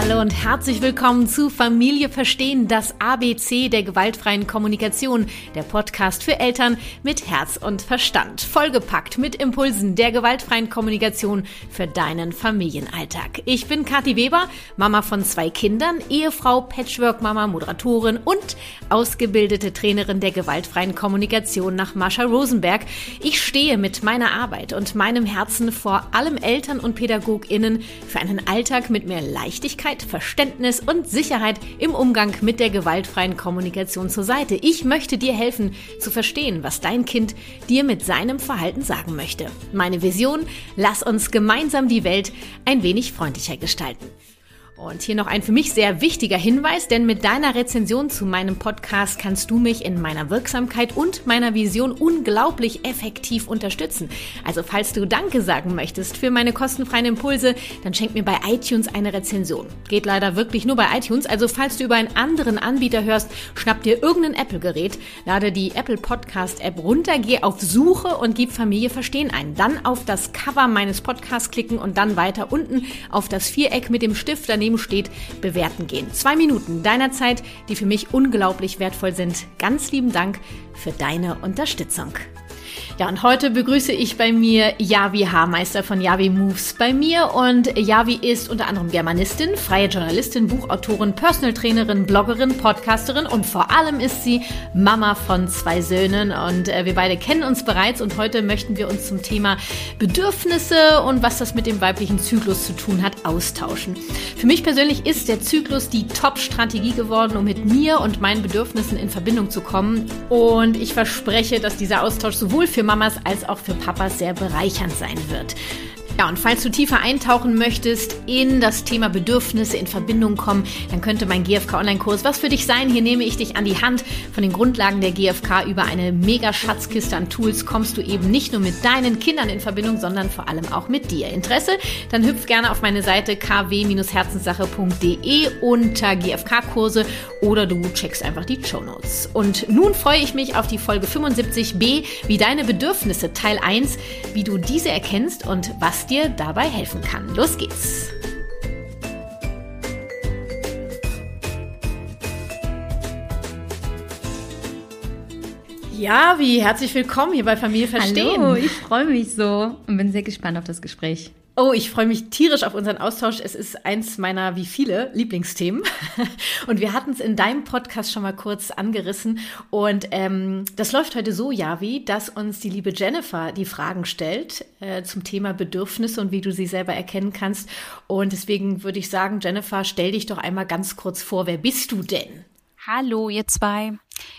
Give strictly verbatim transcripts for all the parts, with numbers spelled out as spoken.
Hallo und herzlich willkommen zu Familie verstehen, das A B C der gewaltfreien Kommunikation, der Podcast für Eltern mit Herz und Verstand, vollgepackt mit Impulsen der gewaltfreien Kommunikation für deinen Familienalltag. Ich bin Kathi Weber, Mama von zwei Kindern, Ehefrau, Patchwork-Mama, Moderatorin und ausgebildete Trainerin der gewaltfreien Kommunikation nach Marsha Rosenberg. Ich stehe mit meiner Arbeit und meinem Herzen vor allem Eltern und PädagogInnen für einen Alltag mit mehr Leichtigkeit, Verständnis und Sicherheit im Umgang mit der gewaltfreien Kommunikation zur Seite. Ich möchte dir helfen, zu verstehen, was dein Kind dir mit seinem Verhalten sagen möchte. Meine Vision: Lass uns gemeinsam die Welt ein wenig freundlicher gestalten. Und hier noch ein für mich sehr wichtiger Hinweis, denn mit deiner Rezension zu meinem Podcast kannst du mich in meiner Wirksamkeit und meiner Vision unglaublich effektiv unterstützen. Also falls du Danke sagen möchtest für meine kostenfreien Impulse, dann schenk mir bei iTunes eine Rezension. Geht leider wirklich nur bei iTunes, also falls du über einen anderen Anbieter hörst, schnapp dir irgendein Apple-Gerät, lade die Apple Podcast-App runter, geh auf Suche und gib Familie verstehen ein. Dann auf das Cover meines Podcasts klicken und dann weiter unten auf das Viereck mit dem Stift daneben steht, bewerten gehen. Zwei Minuten deiner Zeit, die für mich unglaublich wertvoll sind. Ganz lieben Dank für deine Unterstützung. Ja, und heute begrüße ich bei mir Yavi Haarmeister von Yavi Moves bei mir. Und Yavi ist unter anderem Germanistin, freie Journalistin, Buchautorin, Personal Trainerin, Bloggerin, Podcasterin und vor allem ist sie Mama von zwei Söhnen. Und äh, wir beide kennen uns bereits und heute möchten wir uns zum Thema Bedürfnisse und was das mit dem weiblichen Zyklus zu tun hat, austauschen. Für mich persönlich ist der Zyklus die Top-Strategie geworden, um mit mir und meinen Bedürfnissen in Verbindung zu kommen. Und ich verspreche, dass dieser Austausch sowohl für Mamas als auch für Papas sehr bereichernd sein wird. Ja, und falls du tiefer eintauchen möchtest in das Thema Bedürfnisse in Verbindung kommen, dann könnte mein G F K-Online-Kurs was für dich sein. Hier nehme ich dich an die Hand. Von den Grundlagen der G F K über eine mega Schatzkiste an Tools kommst du eben nicht nur mit deinen Kindern in Verbindung, sondern vor allem auch mit dir. Interesse? Dann hüpf gerne auf meine Seite k w herzenssache punkt d e unter G F K-Kurse oder du checkst einfach die Shownotes. Und nun freue ich mich auf die Folge fünfundsiebzig b, wie deine Bedürfnisse, Teil eins, wie du diese erkennst und was dir dabei helfen kann. Los geht's! Ja, wie herzlich willkommen hier bei Familie verstehen. Hallo, ich freue mich so und bin sehr gespannt auf das Gespräch. Oh, ich freue mich tierisch auf unseren Austausch. Es ist eins meiner, wie viele, Lieblingsthemen. Und wir hatten es in deinem Podcast schon mal kurz angerissen. Und ähm, das läuft heute so, Yavi, dass uns die liebe Jennifer die Fragen stellt äh, zum Thema Bedürfnisse und wie du sie selber erkennen kannst. Und deswegen würde ich sagen, Jennifer, stell dich doch einmal ganz kurz vor. Wer bist du denn? Hallo, ihr zwei.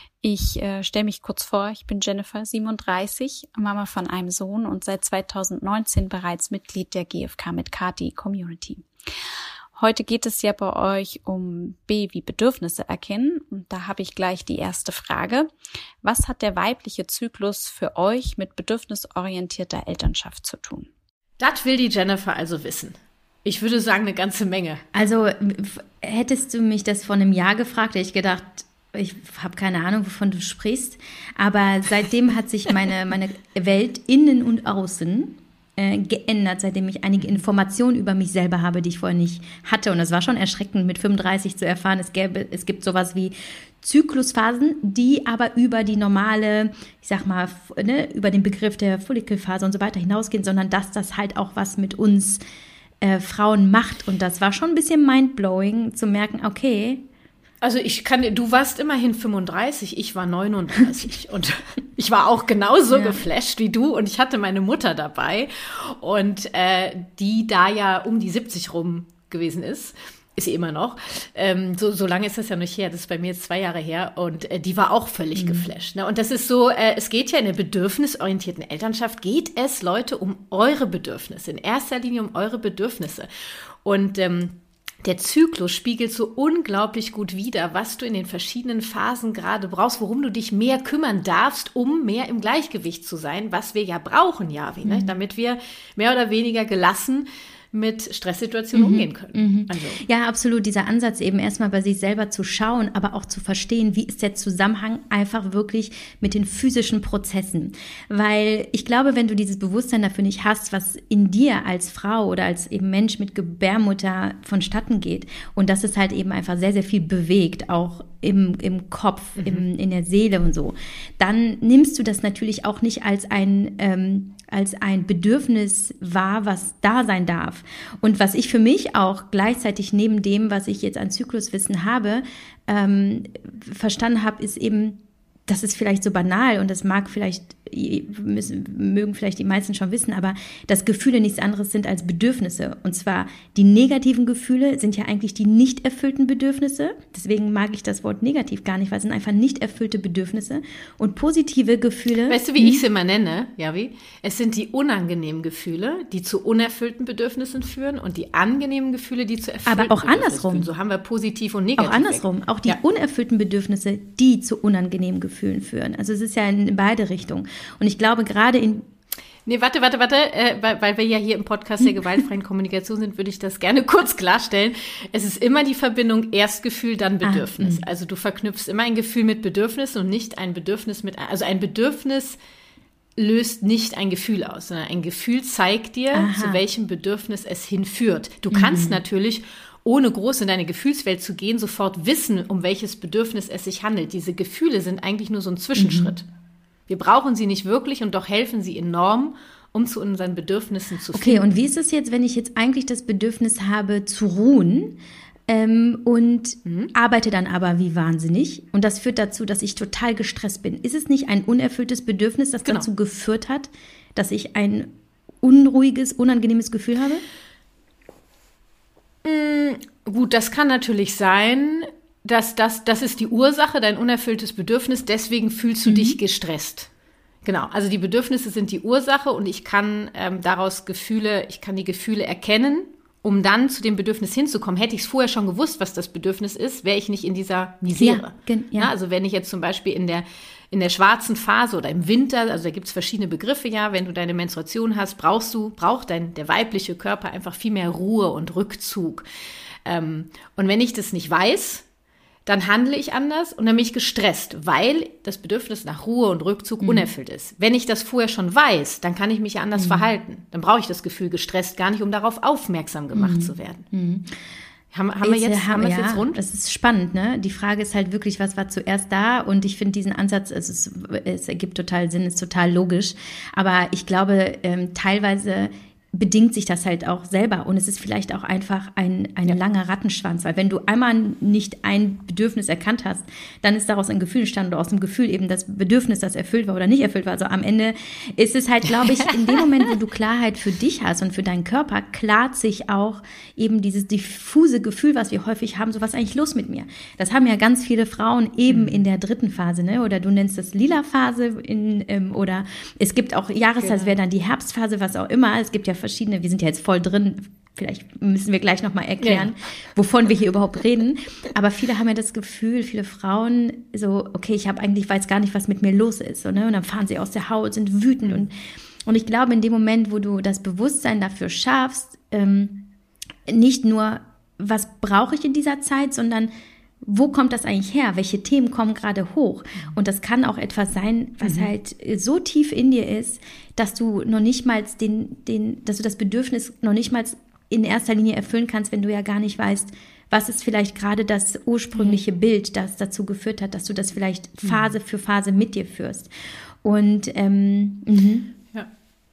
Ich äh, stelle mich kurz vor, ich bin Jennifer, siebenunddreißig, Mama von einem Sohn und seit zweitausendneunzehn bereits Mitglied der G F K mit Kathi Community. Heute geht es ja bei euch um B wie Bedürfnisse erkennen und da habe ich gleich die erste Frage. Was hat der weibliche Zyklus für euch mit bedürfnisorientierter Elternschaft zu tun? Das will die Jennifer also wissen. Ich würde sagen, eine ganze Menge. Also hättest du mich das vor einem Jahr gefragt, hätte ich gedacht, ich habe keine Ahnung, wovon du sprichst, aber seitdem hat sich meine, meine Welt innen und außen äh, geändert, seitdem ich einige Informationen über mich selber habe, die ich vorher nicht hatte. Und es war schon erschreckend, mit fünfunddreißig zu erfahren, es, gäbe, es gibt sowas wie Zyklusphasen, die aber über die normale, ich sag mal, ne, über den Begriff der Follikelphase und so weiter hinausgehen, sondern dass das halt auch was mit uns äh, Frauen macht. Und das war schon ein bisschen mindblowing, zu merken, okay, also ich kann, du warst immerhin fünfunddreißig, ich war neununddreißig und ich war auch genauso ja. geflasht wie du und ich hatte meine Mutter dabei und äh, die da ja um die siebzig rum gewesen ist, ist sie immer noch. Ähm, so, so lange ist das ja nicht her, das ist bei mir jetzt zwei Jahre her und äh, die war auch völlig mhm. geflasht. Ne? Und das ist so, äh, es geht ja in der bedürfnisorientierten Elternschaft, geht es, Leute, um eure Bedürfnisse, in erster Linie um eure Bedürfnisse und ähm, der Zyklus spiegelt so unglaublich gut wider, was du in den verschiedenen Phasen gerade brauchst, worum du dich mehr kümmern darfst, um mehr im Gleichgewicht zu sein, was wir ja brauchen, Yavi, ne? Damit wir mehr oder weniger gelassen mit Stresssituationen mhm. umgehen können. Mhm. Also. Ja, absolut. Dieser Ansatz eben erstmal bei sich selber zu schauen, aber auch zu verstehen, wie ist der Zusammenhang einfach wirklich mit den physischen Prozessen. Weil ich glaube, wenn du dieses Bewusstsein dafür nicht hast, was in dir als Frau oder als eben Mensch mit Gebärmutter vonstatten geht und dass es halt eben einfach sehr, sehr viel bewegt, auch im, im Kopf, mhm. im, in der Seele und so, dann nimmst du das natürlich auch nicht als ein, ähm, als ein Bedürfnis wahr, was da sein darf. Und was ich für mich auch gleichzeitig neben dem, was ich jetzt an Zykluswissen habe, ähm, verstanden habe, ist eben, das ist vielleicht so banal und das mag vielleicht, müssen, mögen vielleicht die meisten schon wissen, aber dass Gefühle nichts anderes sind als Bedürfnisse. Und zwar die negativen Gefühle sind ja eigentlich die nicht erfüllten Bedürfnisse. Deswegen mag ich das Wort negativ gar nicht, weil es sind einfach nicht erfüllte Bedürfnisse. Und positive Gefühle. Weißt du, wie hm? ich es immer nenne, Javi? Es sind die unangenehmen Gefühle, die zu unerfüllten Bedürfnissen führen und die angenehmen Gefühle, die zu erfüllten Aber auch Bedürfnissen andersrum. führen. So haben wir positiv und negativ. Auch andersrum. Auch die ja. unerfüllten Bedürfnisse, die zu unangenehmen Gefühlen führen. Also es ist ja in beide Richtungen. Und ich glaube, gerade in... Nee, warte, warte, warte, äh, weil, weil wir ja hier im Podcast der gewaltfreien Kommunikation sind, würde ich das gerne kurz klarstellen. Es ist immer die Verbindung Erstgefühl, dann Bedürfnis. Ah, also du verknüpfst immer ein Gefühl mit Bedürfnis und nicht ein Bedürfnis mit... Also ein Bedürfnis löst nicht ein Gefühl aus, sondern ein Gefühl zeigt dir, Aha. zu welchem Bedürfnis es hinführt. Du kannst mhm. natürlich... ohne groß in deine Gefühlswelt zu gehen, sofort wissen, um welches Bedürfnis es sich handelt. Diese Gefühle sind eigentlich nur so ein Zwischenschritt. Mhm. Wir brauchen sie nicht wirklich und doch helfen sie enorm, um zu unseren Bedürfnissen zu finden. Okay, und wie ist es jetzt, wenn ich jetzt eigentlich das Bedürfnis habe, zu ruhen ähm, und mhm. arbeite dann aber wie wahnsinnig und das führt dazu, dass ich total gestresst bin? Ist es nicht ein unerfülltes Bedürfnis, das genau. dazu geführt hat, dass ich ein unruhiges, unangenehmes Gefühl habe? Gut, das kann natürlich sein, dass das, das ist die Ursache, dein unerfülltes Bedürfnis, deswegen fühlst du mhm. dich gestresst. Genau, also die Bedürfnisse sind die Ursache und ich kann ähm, daraus Gefühle, ich kann die Gefühle erkennen, um dann zu dem Bedürfnis hinzukommen. Hätte ich es vorher schon gewusst, was das Bedürfnis ist, wäre ich nicht in dieser Misere. Ja, gen- ja. Ja, also wenn ich jetzt zum Beispiel in der In der schwarzen Phase oder im Winter, also da gibt es verschiedene Begriffe, ja, wenn du deine Menstruation hast, brauchst du, braucht dein, der weibliche Körper einfach viel mehr Ruhe und Rückzug. Ähm, und wenn ich das nicht weiß, dann handle ich anders und dann bin ich gestresst, weil das Bedürfnis nach Ruhe und Rückzug mhm. unerfüllt ist. Wenn ich das vorher schon weiß, dann kann ich mich ja anders mhm. verhalten. Dann brauche ich das Gefühl gestresst gar nicht, um darauf aufmerksam gemacht mhm. zu werden. Mhm. Haben, haben wir jetzt, haben wir es ja, jetzt rund? Es ist spannend, ne? Die Frage ist halt wirklich, was war zuerst da? Und ich finde diesen Ansatz, es, ist, es ergibt total Sinn, ist total logisch. Aber ich glaube, ähm, teilweise bedingt sich das halt auch selber. Und es ist vielleicht auch einfach ein, ein ja. langer Rattenschwanz. Weil wenn du einmal nicht ein Bedürfnis erkannt hast, dann ist daraus ein Gefühl entstanden oder aus dem Gefühl eben das Bedürfnis, das erfüllt war oder nicht erfüllt war. Also am Ende ist es halt, glaube ich, in dem Moment, wo du Klarheit für dich hast und für deinen Körper, klart sich auch eben dieses diffuse Gefühl, was wir häufig haben, so was ist eigentlich los mit mir? Das haben ja ganz viele Frauen eben mhm. in der dritten Phase, ne? Oder du nennst das Lila-Phase in, ähm, oder es gibt auch Jahreszeit, das wäre dann die Herbstphase, was auch immer. Es gibt ja verschiedene, wir sind ja jetzt voll drin, vielleicht müssen wir gleich nochmal erklären, ja. wovon wir hier überhaupt reden. Aber viele haben ja das Gefühl, viele Frauen, so, okay, ich habe eigentlich, weiß gar nicht, was mit mir los ist. So, ne? Und dann fahren sie aus der Haut, sind wütend. Und, und ich glaube, in dem Moment, wo du das Bewusstsein dafür schaffst, ähm, nicht nur, was brauche ich in dieser Zeit, sondern wo kommt das eigentlich her? Welche Themen kommen gerade hoch? Und das kann auch etwas sein, was mhm. halt so tief in dir ist, dass du noch nicht mal den, den, dass du das Bedürfnis noch nicht mal in erster Linie erfüllen kannst, wenn du ja gar nicht weißt, was ist vielleicht gerade das ursprüngliche mhm. Bild, das dazu geführt hat, dass du das vielleicht Phase mhm. für Phase mit dir führst. Und ähm, mhm. ja.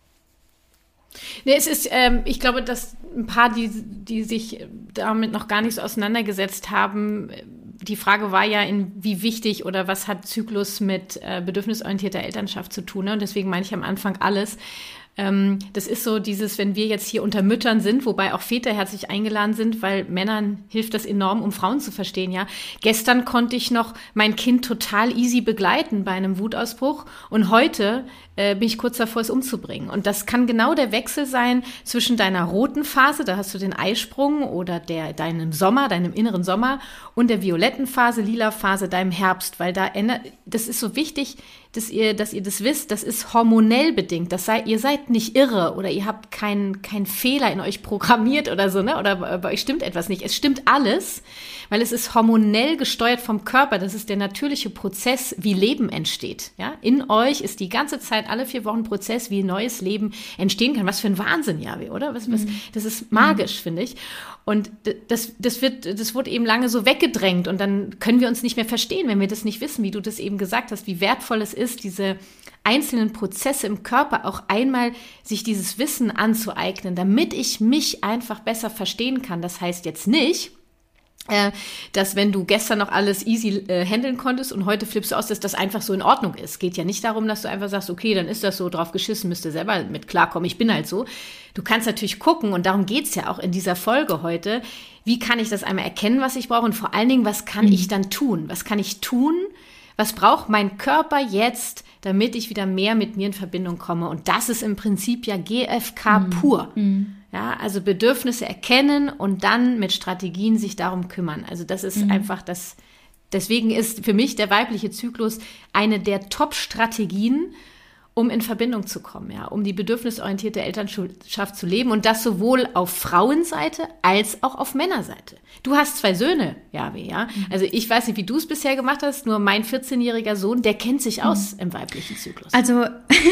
Nee, es ist, ähm, ich glaube, dass ein paar, die, die sich damit noch gar nicht so auseinandergesetzt haben, die Frage war ja, in wie wichtig oder was hat Zyklus mit äh, bedürfnisorientierter Elternschaft zu tun, ne? Und deswegen meine ich am Anfang alles. Ähm, das ist so dieses, wenn wir jetzt hier unter Müttern sind, wobei auch Väter herzlich eingeladen sind, weil Männern hilft das enorm, um Frauen zu verstehen, ja. Gestern konnte ich noch mein Kind total easy begleiten bei einem Wutausbruch und heute äh, bin ich kurz davor, es umzubringen. Und das kann genau der Wechsel sein zwischen deiner roten Phase, da hast du den Eisprung oder der, deinem Sommer, deinem inneren Sommer und der violetten Phase, lila Phase, deinem Herbst, weil da ändert, das ist so wichtig, dass ihr, dass ihr das wisst, das ist hormonell bedingt. Das sei, ihr seid nicht irre oder ihr habt keinen keinen Fehler in euch programmiert oder so, ne? Oder bei euch stimmt etwas nicht. Es stimmt alles, weil es ist hormonell gesteuert vom Körper. Das ist der natürliche Prozess, wie Leben entsteht. Ja? In euch ist die ganze Zeit, alle vier Wochen Prozess, wie neues Leben entstehen kann. Was für ein Wahnsinn, Javi, oder? Was, was, das ist magisch, mhm. finde ich. Und das, das wird, das wurde eben lange so weggedrängt und dann können wir uns nicht mehr verstehen, wenn wir das nicht wissen, wie du das eben gesagt hast, wie wertvoll es ist, diese einzelnen Prozesse im Körper auch einmal sich dieses Wissen anzueignen, damit ich mich einfach besser verstehen kann. Das heißt jetzt nicht, Äh, dass wenn du gestern noch alles easy äh, handeln konntest und heute flippst du aus, dass das einfach so in Ordnung ist. Geht ja nicht darum, dass du einfach sagst, okay, dann ist das so, drauf geschissen, müsst ihr selber mit klarkommen, ich bin halt so. Du kannst natürlich gucken, und darum geht's ja auch in dieser Folge heute, wie kann ich das einmal erkennen, was ich brauche, und vor allen Dingen, was kann mhm. ich dann tun? Was kann ich tun? Was braucht mein Körper jetzt, damit ich wieder mehr mit mir in Verbindung komme? Und das ist im Prinzip ja G F K mhm. pur. Mhm. Ja, also Bedürfnisse erkennen und dann mit Strategien sich darum kümmern. Also das ist mhm. einfach das, deswegen ist für mich der weibliche Zyklus eine der Top-Strategien, um in Verbindung zu kommen, ja, um die bedürfnisorientierte Elternschaft zu leben, und das sowohl auf Frauenseite als auch auf Männerseite. Du hast zwei Söhne, Javi, ja. Also ich weiß nicht, wie du es bisher gemacht hast, nur mein vierzehnjähriger Sohn, der kennt sich aus mhm. im weiblichen Zyklus. Also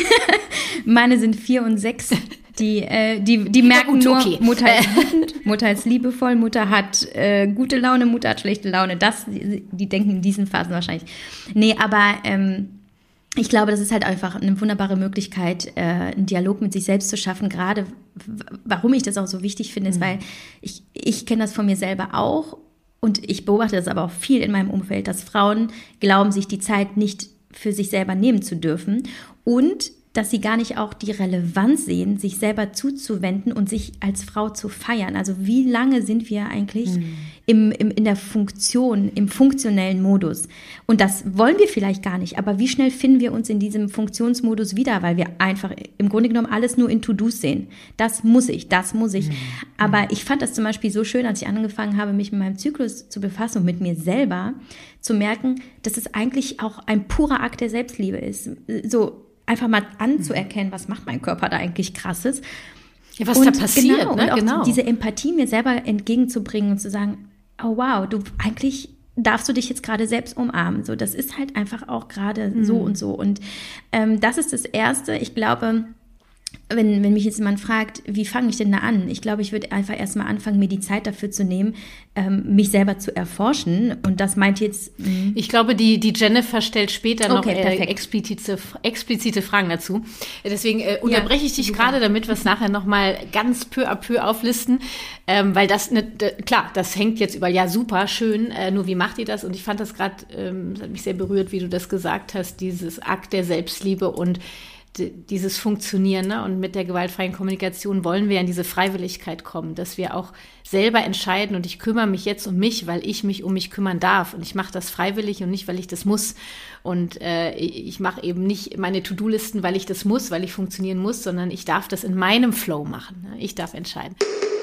meine sind vier und sechs. Die, äh, die, die merken ja, gut, nur, okay. Mutter ist wütend, Mutter ist liebevoll, Mutter hat äh, gute Laune, Mutter hat schlechte Laune. Das, die, die denken in diesen Phasen wahrscheinlich. Nee, aber ähm, ich glaube, das ist halt einfach eine wunderbare Möglichkeit, äh, einen Dialog mit sich selbst zu schaffen. Gerade, w- warum ich das auch so wichtig finde, ist, mhm. weil ich, ich kenne das von mir selber auch, und ich beobachte das aber auch viel in meinem Umfeld, dass Frauen glauben, sich die Zeit nicht für sich selber nehmen zu dürfen, und dass sie gar nicht auch die Relevanz sehen, sich selber zuzuwenden und sich als Frau zu feiern. Also wie lange sind wir eigentlich mhm. im, im, in der Funktion, im funktionellen Modus? Und das wollen wir vielleicht gar nicht, aber wie schnell finden wir uns in diesem Funktionsmodus wieder, weil wir einfach im Grunde genommen alles nur in To-Dos sehen. Das muss ich, das muss ich. Mhm. Aber ich fand das zum Beispiel so schön, als ich angefangen habe, mich mit meinem Zyklus zu befassen und mit mir selber, zu merken, dass es eigentlich auch ein purer Akt der Selbstliebe ist. So einfach mal anzuerkennen, was macht mein Körper da eigentlich Krasses. Ja, was und da passiert, genau, ne? Und auch genau. diese Empathie mir selber entgegenzubringen und zu sagen, oh wow, du eigentlich darfst du dich jetzt gerade selbst umarmen. So, das ist halt einfach auch gerade mhm. so und so. Und ähm, das ist das Erste. Ich glaube, wenn, wenn mich jetzt jemand fragt, wie fange ich denn da an? Ich glaube, ich würde einfach erstmal anfangen, mir die Zeit dafür zu nehmen, ähm, mich selber zu erforschen. Und das meint jetzt... Mh. Ich glaube, die, die Jennifer stellt später noch okay, äh, explizite, explizite Fragen dazu. Deswegen äh, unterbreche ich dich super. gerade, damit wir es nachher nochmal ganz peu à peu auflisten. Ähm, weil das, ne, d- klar, das hängt jetzt über, ja super, schön, äh, nur wie macht ihr das? Und ich fand das gerade, ähm, das hat mich sehr berührt, wie du das gesagt hast, dieses Akt der Selbstliebe und dieses Funktionieren, ne? Und mit der gewaltfreien Kommunikation wollen wir in diese Freiwilligkeit kommen, dass wir auch selber entscheiden, und ich kümmere mich jetzt um mich, weil ich mich um mich kümmern darf, und ich mache das freiwillig und nicht, weil ich das muss, und äh, ich mache eben nicht meine To-Do-Listen, weil ich das muss, weil ich funktionieren muss, sondern ich darf das in meinem Flow machen, ne? Ich darf entscheiden.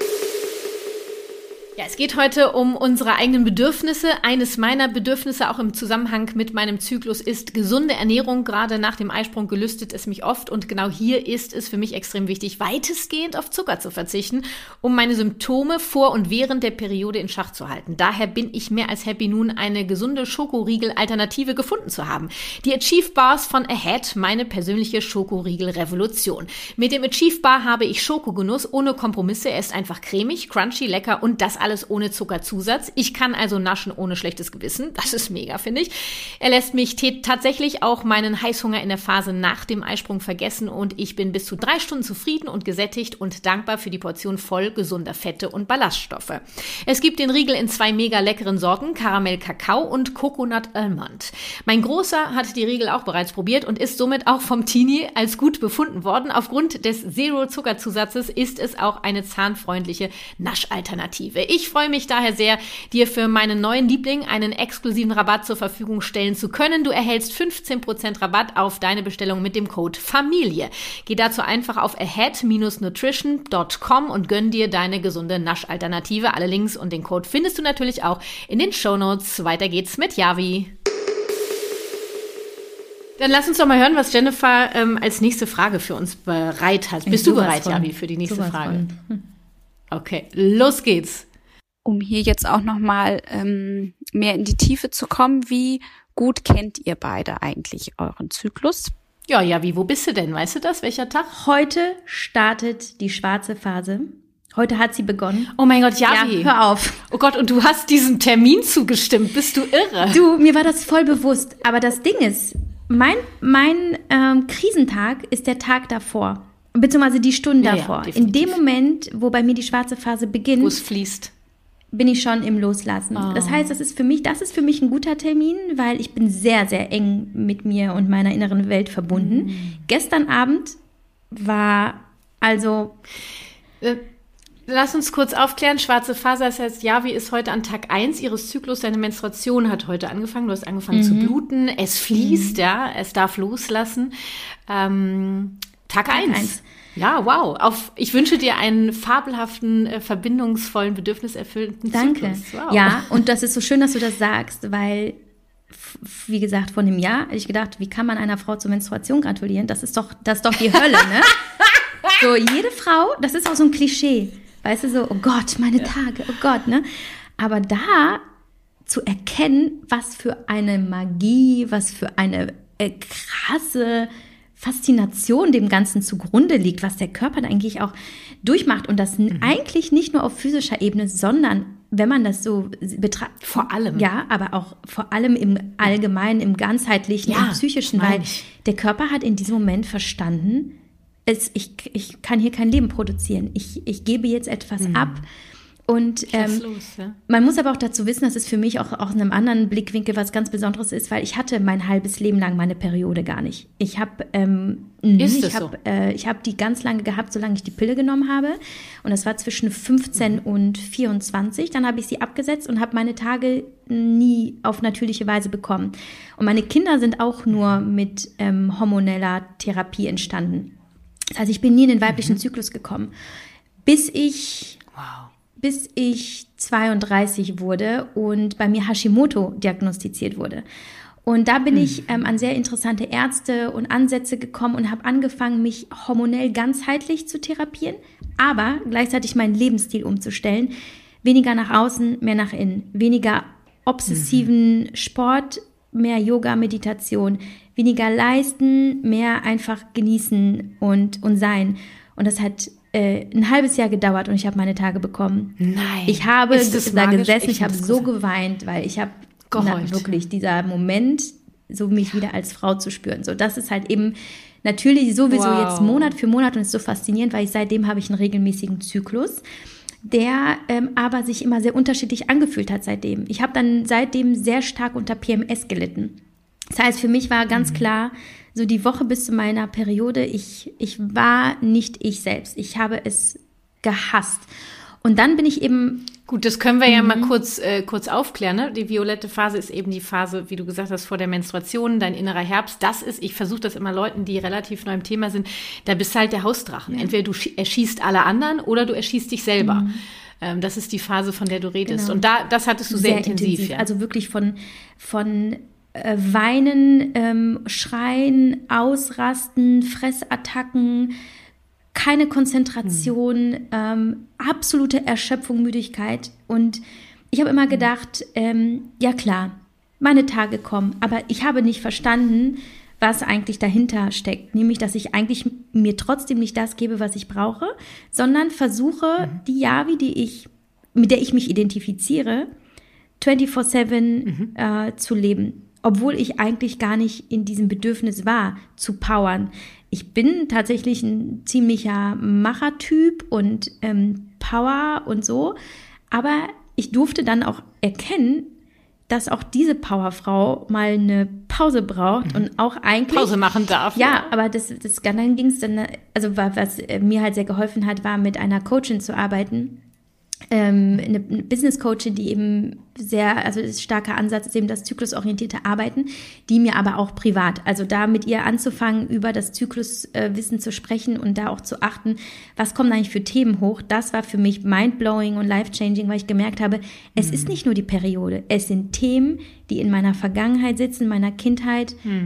Ja, es geht heute um unsere eigenen Bedürfnisse. Eines meiner Bedürfnisse, auch im Zusammenhang mit meinem Zyklus, ist gesunde Ernährung. Gerade nach dem Eisprung gelüstet es mich oft. Und genau hier ist es für mich extrem wichtig, weitestgehend auf Zucker zu verzichten, um meine Symptome vor und während der Periode in Schach zu halten. Daher bin ich mehr als happy, nun eine gesunde Schokoriegel-Alternative gefunden zu haben. Die Achieve Bars von Ahead, meine persönliche Schokoriegel-Revolution. Mit dem Achieve Bar habe ich Schokogenuss ohne Kompromisse. Er ist einfach cremig, crunchy, lecker und das alles alles ohne Zuckerzusatz. Ich kann also naschen ohne schlechtes Gewissen. Das ist mega, finde ich. Er lässt mich t- tatsächlich auch meinen Heißhunger in der Phase nach dem Eisprung vergessen, und ich bin bis zu drei Stunden zufrieden und gesättigt und dankbar für die Portion voll gesunder Fette und Ballaststoffe. Es gibt den Riegel in zwei mega leckeren Sorten, Karamell Kakao und Coconut Almond. Mein Großer hat die Riegel auch bereits probiert und ist somit auch vom Teenie als gut befunden worden. Aufgrund des Zero-Zuckerzusatzes ist es auch eine zahnfreundliche Naschalternative. Ich freue mich daher sehr, dir für meinen neuen Liebling einen exklusiven Rabatt zur Verfügung stellen zu können. Du erhältst fünfzehn Prozent Rabatt auf deine Bestellung mit dem Code Familie. Geh dazu einfach auf ahead dash nutrition dot com und gönn dir deine gesunde Naschalternative. Alle Links und den Code findest du natürlich auch in den Shownotes. Weiter geht's mit Javi. Dann lass uns doch mal hören, was Jennifer ähm, als nächste Frage für uns bereit hat. Bist du bereit, Javi, für die nächste sowas Frage? Hm. Okay, los geht's. Um hier jetzt auch nochmal ähm, mehr in die Tiefe zu kommen, wie gut kennt ihr beide eigentlich euren Zyklus? Ja, Javi, wo bist du denn? Weißt du das? Welcher Tag? Heute startet die schwarze Phase. Heute hat sie begonnen. Oh mein Gott, Javi. Ja, hör auf. Oh Gott, und du hast diesem Termin zugestimmt. Bist du irre? Du, mir war das voll bewusst. Aber das Ding ist, mein, mein ähm, Krisentag ist der Tag davor. Beziehungsweise die Stunden Ja, davor. ja, In dem Moment, wo bei mir die schwarze Phase beginnt, wo es fließt, bin ich schon im Loslassen. Oh. Das heißt, das ist für mich, das ist für mich ein guter Termin, weil ich bin sehr, sehr eng mit mir und meiner inneren Welt verbunden. Mhm. Gestern Abend war also... Äh, lass uns kurz aufklären. Schwarze Phase, das heißt, Javi ist heute an Tag eins ihres Zyklus. Deine Menstruation hat heute angefangen. Du hast angefangen mhm. zu bluten. Es fließt, mhm. ja. Es darf loslassen. Ähm, Tag eins. Ja, wow. Auf, ich wünsche dir einen fabelhaften, äh, verbindungsvollen, bedürfniserfüllten Danke. Zyklus. Wow. Ja, und das ist so schön, dass du das sagst, weil, f- wie gesagt, vor einem Jahr hätte ich gedacht, wie kann man einer Frau zur Menstruation gratulieren? Das ist doch, das ist doch die Hölle, ne? So, jede Frau, das ist auch so ein Klischee. Weißt du, so, oh Gott, meine ja. Tage, oh Gott, ne? Aber da zu erkennen, was für eine Magie, was für eine äh, krasse Faszination dem Ganzen zugrunde liegt, was der Körper da eigentlich auch durchmacht und das mhm. eigentlich nicht nur auf physischer Ebene, sondern wenn man das so betrachtet. Vor allem. Ja, aber auch vor allem im Allgemeinen, im Ganzheitlichen, ja, im Psychischen, weil der Körper hat in diesem Moment verstanden, es, ich, ich kann hier kein Leben produzieren. Ich, ich gebe jetzt etwas mhm. ab. Und ähm, los, ja. man muss aber auch dazu wissen, dass es für mich auch aus einem anderen Blickwinkel was ganz Besonderes ist, weil ich hatte mein halbes Leben lang meine Periode gar nicht. Ich habe ähm, ist ich habe so? äh, ich habe die ganz lange gehabt, solange ich die Pille genommen habe. Und das war zwischen fünfzehn mhm. und vierundzwanzig. Dann habe ich sie abgesetzt und habe meine Tage nie auf natürliche Weise bekommen. Und meine Kinder sind auch nur mit ähm, hormoneller Therapie entstanden. Das heißt, ich bin nie in den weiblichen mhm. Zyklus gekommen, bis ich wow. bis ich zweiunddreißig wurde und bei mir Hashimoto diagnostiziert wurde. Und da bin mhm. ich ähm, an sehr interessante Ärzte und Ansätze gekommen und habe angefangen, mich hormonell ganzheitlich zu therapieren, aber gleichzeitig meinen Lebensstil umzustellen. Weniger nach außen, mehr nach innen. Weniger obsessiven mhm. Sport, mehr Yoga, Meditation. Weniger leisten, mehr einfach genießen und, und sein. Und das hat äh, ein halbes Jahr gedauert und ich habe meine Tage bekommen. Nein. Ich habe da magisch? gesessen, ich, ich habe so geweint, weil ich habe wirklich dieser Moment, so mich wieder als Frau zu spüren. So, das ist halt eben natürlich sowieso wow. jetzt Monat für Monat und ist so faszinierend, weil ich seitdem habe ich einen regelmäßigen Zyklus, der ähm, aber sich immer sehr unterschiedlich angefühlt hat seitdem. Ich habe dann seitdem sehr stark unter P M S gelitten. Das heißt, für mich war ganz mhm. klar, so die Woche bis zu meiner Periode, ich, ich war nicht ich selbst. Ich habe es gehasst. Und dann bin ich eben... Gut, das können wir ja mhm. mal kurz, äh, kurz aufklären. Ne? Die violette Phase ist eben die Phase, wie du gesagt hast, vor der Menstruation, dein innerer Herbst. Das ist, ich versuche das immer Leuten, die relativ neu im Thema sind, da bist du halt der Hausdrachen. Ja. Entweder du erschießt alle anderen oder du erschießt dich selber. Mhm. Ähm, das ist die Phase, von der du redest. Genau. Und da, das hattest du sehr, sehr intensiv. intensiv. Ja. Also wirklich von... von Weinen, ähm, Schreien, Ausrasten, Fressattacken, keine Konzentration, mhm. ähm, absolute Erschöpfung, Müdigkeit. Und ich habe immer gedacht, ähm, ja klar, meine Tage kommen, aber ich habe nicht verstanden, was eigentlich dahinter steckt. Nämlich, dass ich eigentlich mir trotzdem nicht das gebe, was ich brauche, sondern versuche, mhm. die Javi, die ich, mit der ich mich identifiziere, vierundzwanzig sieben mhm. äh, zu leben. Obwohl ich eigentlich gar nicht in diesem Bedürfnis war, zu powern. Ich bin tatsächlich ein ziemlicher Machertyp und ähm, Power und so. Aber ich durfte dann auch erkennen, dass auch diese Powerfrau mal eine Pause braucht und auch eigentlich... Pause machen darf. Ja, ja. aber das, das, dann ging es dann, also was mir halt sehr geholfen hat, war mit einer Coachin zu arbeiten. Ähm, eine Business-Coachin, die eben sehr, also das starke Ansatz ist eben das zyklusorientierte Arbeiten, die mir aber auch privat, also da mit ihr anzufangen, über das Zykluswissen äh, zu sprechen und da auch zu achten, was kommen eigentlich für Themen hoch, das war für mich mindblowing und life-changing, weil ich gemerkt habe, es mhm. ist nicht nur die Periode, es sind Themen, die in meiner Vergangenheit sitzen, in meiner Kindheit, mhm.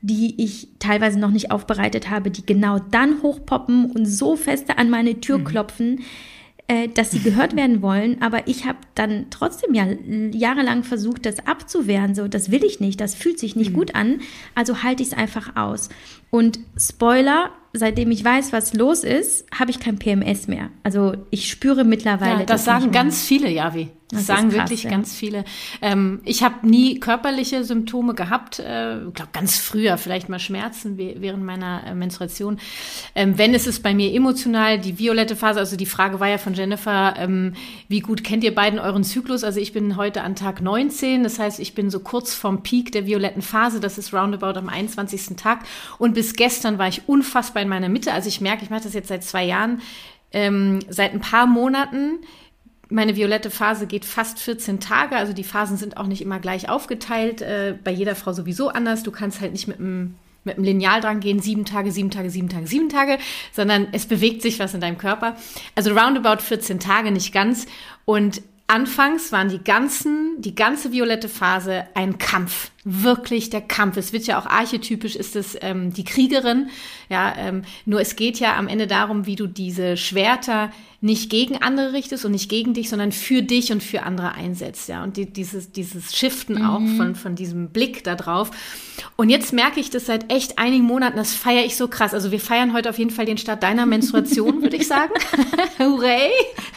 die ich teilweise noch nicht aufbereitet habe, die genau dann hochpoppen und so feste an meine Tür mhm. klopfen, äh, dass sie gehört werden wollen. Aber ich habe dann trotzdem ja jahrelang versucht, das abzuwehren. So, das will ich nicht, das fühlt sich nicht mhm. gut an. Also halte ich es einfach aus. Und Spoiler, seitdem ich weiß, was los ist, habe ich kein P M S mehr. Also ich spüre mittlerweile. Ja, das sagen ganz viele, Javi. Das, das sagen krass, wirklich ja. ganz viele. Ähm, ich habe nie körperliche Symptome gehabt. Ich äh, glaube, ganz früher vielleicht mal Schmerzen während meiner äh, Menstruation. Ähm, wenn, ist es bei mir emotional. Die violette Phase, also die Frage war ja von Jennifer, ähm, wie gut kennt ihr beiden euren Zyklus? Also ich bin heute an Tag neunzehn. Das heißt, ich bin so kurz vorm Peak der violetten Phase. Das ist roundabout am einundzwanzigsten Tag. Und bis gestern war ich unfassbar in meiner Mitte. Also ich merke, ich mache das jetzt seit zwei Jahren, ähm, seit ein paar Monaten. Meine violette Phase geht fast vierzehn Tage, also die Phasen sind auch nicht immer gleich aufgeteilt, äh, bei jeder Frau sowieso anders. Du kannst halt nicht mit einem mit einem Lineal dran gehen, sieben Tage, sieben Tage, sieben Tage, sieben Tage, sondern es bewegt sich was in deinem Körper. Also roundabout vierzehn Tage, nicht ganz. Und anfangs waren die ganzen, die ganze violette Phase ein Kampf. Wirklich der Kampf. Es wird ja auch archetypisch, ist es ähm, die Kriegerin. Ja, ähm, nur es geht ja am Ende darum, wie du diese Schwerter nicht gegen andere richtest und nicht gegen dich, sondern für dich und für andere einsetzt. Ja, und die, dieses, dieses Shiften mhm. auch von, von diesem Blick da drauf. Und jetzt merke ich das seit echt einigen Monaten, das feiere ich so krass. Also wir feiern heute auf jeden Fall den Start deiner Menstruation, würde ich sagen. Hooray!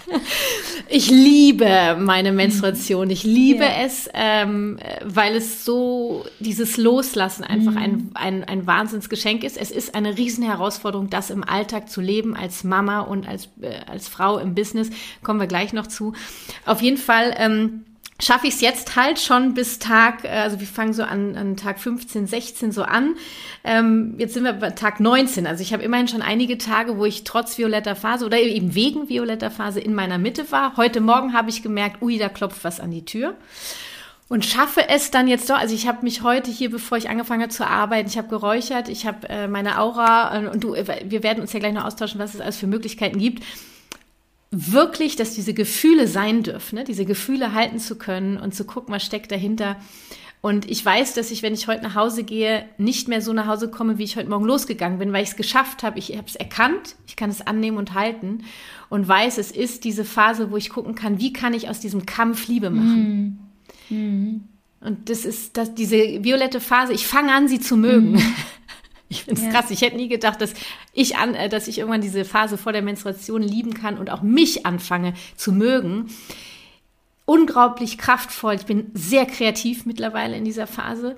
Ich liebe meine Menstruation. Ich liebe ja. es, ähm, weil es so, dieses Loslassen einfach mhm. ein, ein, ein Wahnsinnsgeschenk ist. Es ist eine riesen Herausforderung, das im Alltag zu leben, als Mama und als, äh, als Frau im Business. Kommen wir gleich noch zu. Auf jeden Fall, ähm, schaffe ich es jetzt halt schon bis Tag, also wir fangen so an, an Tag fünfzehn, sechzehn so an. Ähm, jetzt sind wir bei Tag neunzehn. Also ich habe immerhin schon einige Tage, wo ich trotz violetter Phase oder eben wegen violetter Phase in meiner Mitte war. Heute Morgen habe ich gemerkt, ui, da klopft was an die Tür. Und schaffe es dann jetzt doch, also ich habe mich heute hier, bevor ich angefangen habe zu arbeiten, ich habe geräuchert, ich habe äh, meine Aura, äh, und du, wir werden uns ja gleich noch austauschen, was es alles für Möglichkeiten gibt. Wirklich, dass diese Gefühle sein dürfen, ne? Diese Gefühle halten zu können und zu gucken, was steckt dahinter. Und ich weiß, dass ich, wenn ich heute nach Hause gehe, nicht mehr so nach Hause komme, wie ich heute Morgen losgegangen bin, weil ich es geschafft habe. Ich habe es erkannt, ich kann es annehmen und halten und weiß, es ist diese Phase, wo ich gucken kann, wie kann ich aus diesem Kampf Liebe machen. Mm. Mm. Und das ist das, diese violette Phase, ich fange an, sie zu mögen. Mm. Ich finde es ja. krass. Ich hätte nie gedacht, dass ich an, dass ich irgendwann diese Phase vor der Menstruation lieben kann und auch mich anfange zu mögen. Unglaublich kraftvoll. Ich bin sehr kreativ mittlerweile in dieser Phase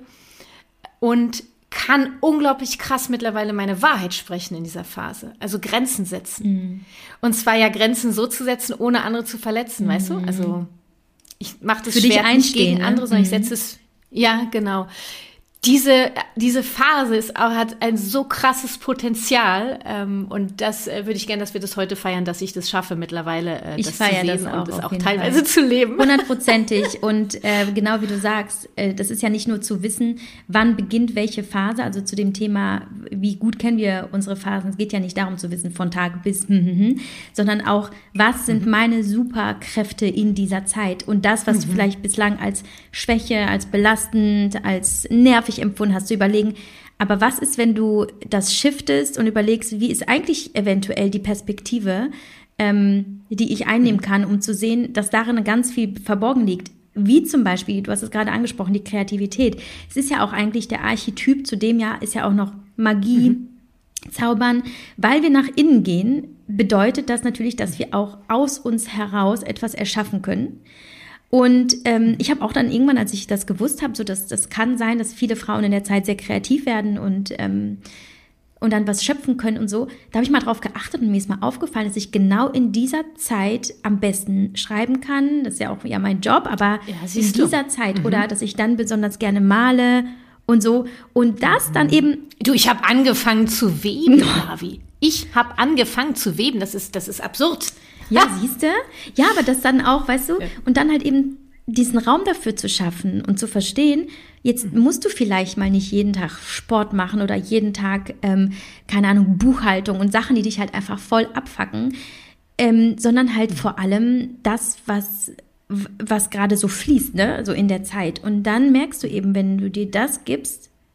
und kann unglaublich krass mittlerweile meine Wahrheit sprechen in dieser Phase. Also Grenzen setzen. Mhm. Und zwar ja Grenzen so zu setzen, ohne andere zu verletzen, mhm. weißt du? Also ich mache das Für Schwert dich nicht gegen ne? andere, sondern mhm. ich setze es, ja, genau. Diese, diese Phase ist auch, hat ein so krasses Potenzial, ähm, und das äh, würde ich gerne, dass wir das heute feiern, dass ich das schaffe mittlerweile, äh, ich das zu sehen das und auch das auch jeden teilweise Fall. zu leben. Hundertprozentig und äh, genau wie du sagst, äh, das ist ja nicht nur zu wissen, wann beginnt welche Phase, also zu dem Thema, wie gut kennen wir unsere Phasen, es geht ja nicht darum zu wissen, von Tag bis, hm, hm, hm, sondern auch, was sind mhm. meine Superkräfte in dieser Zeit und das, was mhm. du vielleicht bislang als Schwäche, als belastend, als nervig empfunden hast, zu überlegen, aber was ist, wenn du das shiftest und überlegst, wie ist eigentlich eventuell die Perspektive, ähm, die ich einnehmen kann, um zu sehen, dass darin ganz viel verborgen liegt. Wie zum Beispiel, du hast es gerade angesprochen, die Kreativität. Es ist ja auch eigentlich der Archetyp, zu dem ja ist ja auch noch Magie, mhm. Zaubern. Weil wir nach innen gehen, bedeutet das natürlich, dass wir auch aus uns heraus etwas erschaffen können. Und ähm, ich habe auch dann irgendwann, als ich das gewusst habe, so dass das kann sein, dass viele Frauen in der Zeit sehr kreativ werden und ähm, und dann was schöpfen können und so. Da habe ich mal drauf geachtet und mir ist mal aufgefallen, dass ich genau in dieser Zeit am besten schreiben kann. Das ist ja auch ja mein Job, aber ja, in dieser du. Zeit Mhm. oder dass ich dann besonders gerne male und so. Und das dann eben... Du, ich habe angefangen zu weben, Javi. Ich habe angefangen zu weben. Das ist, das ist absurd. Ja, siehst du? Ja, aber das dann auch, weißt du, ja. und dann halt eben diesen Raum dafür zu schaffen und zu verstehen, jetzt musst du vielleicht mal nicht jeden Tag Sport machen oder jeden Tag, ähm, keine Ahnung, Buchhaltung und Sachen, die dich halt einfach voll abfacken, ähm, sondern halt vor allem das, was, was gerade so fließt, ne, so in der Zeit. Und dann merkst du eben, wenn du dir das gibst,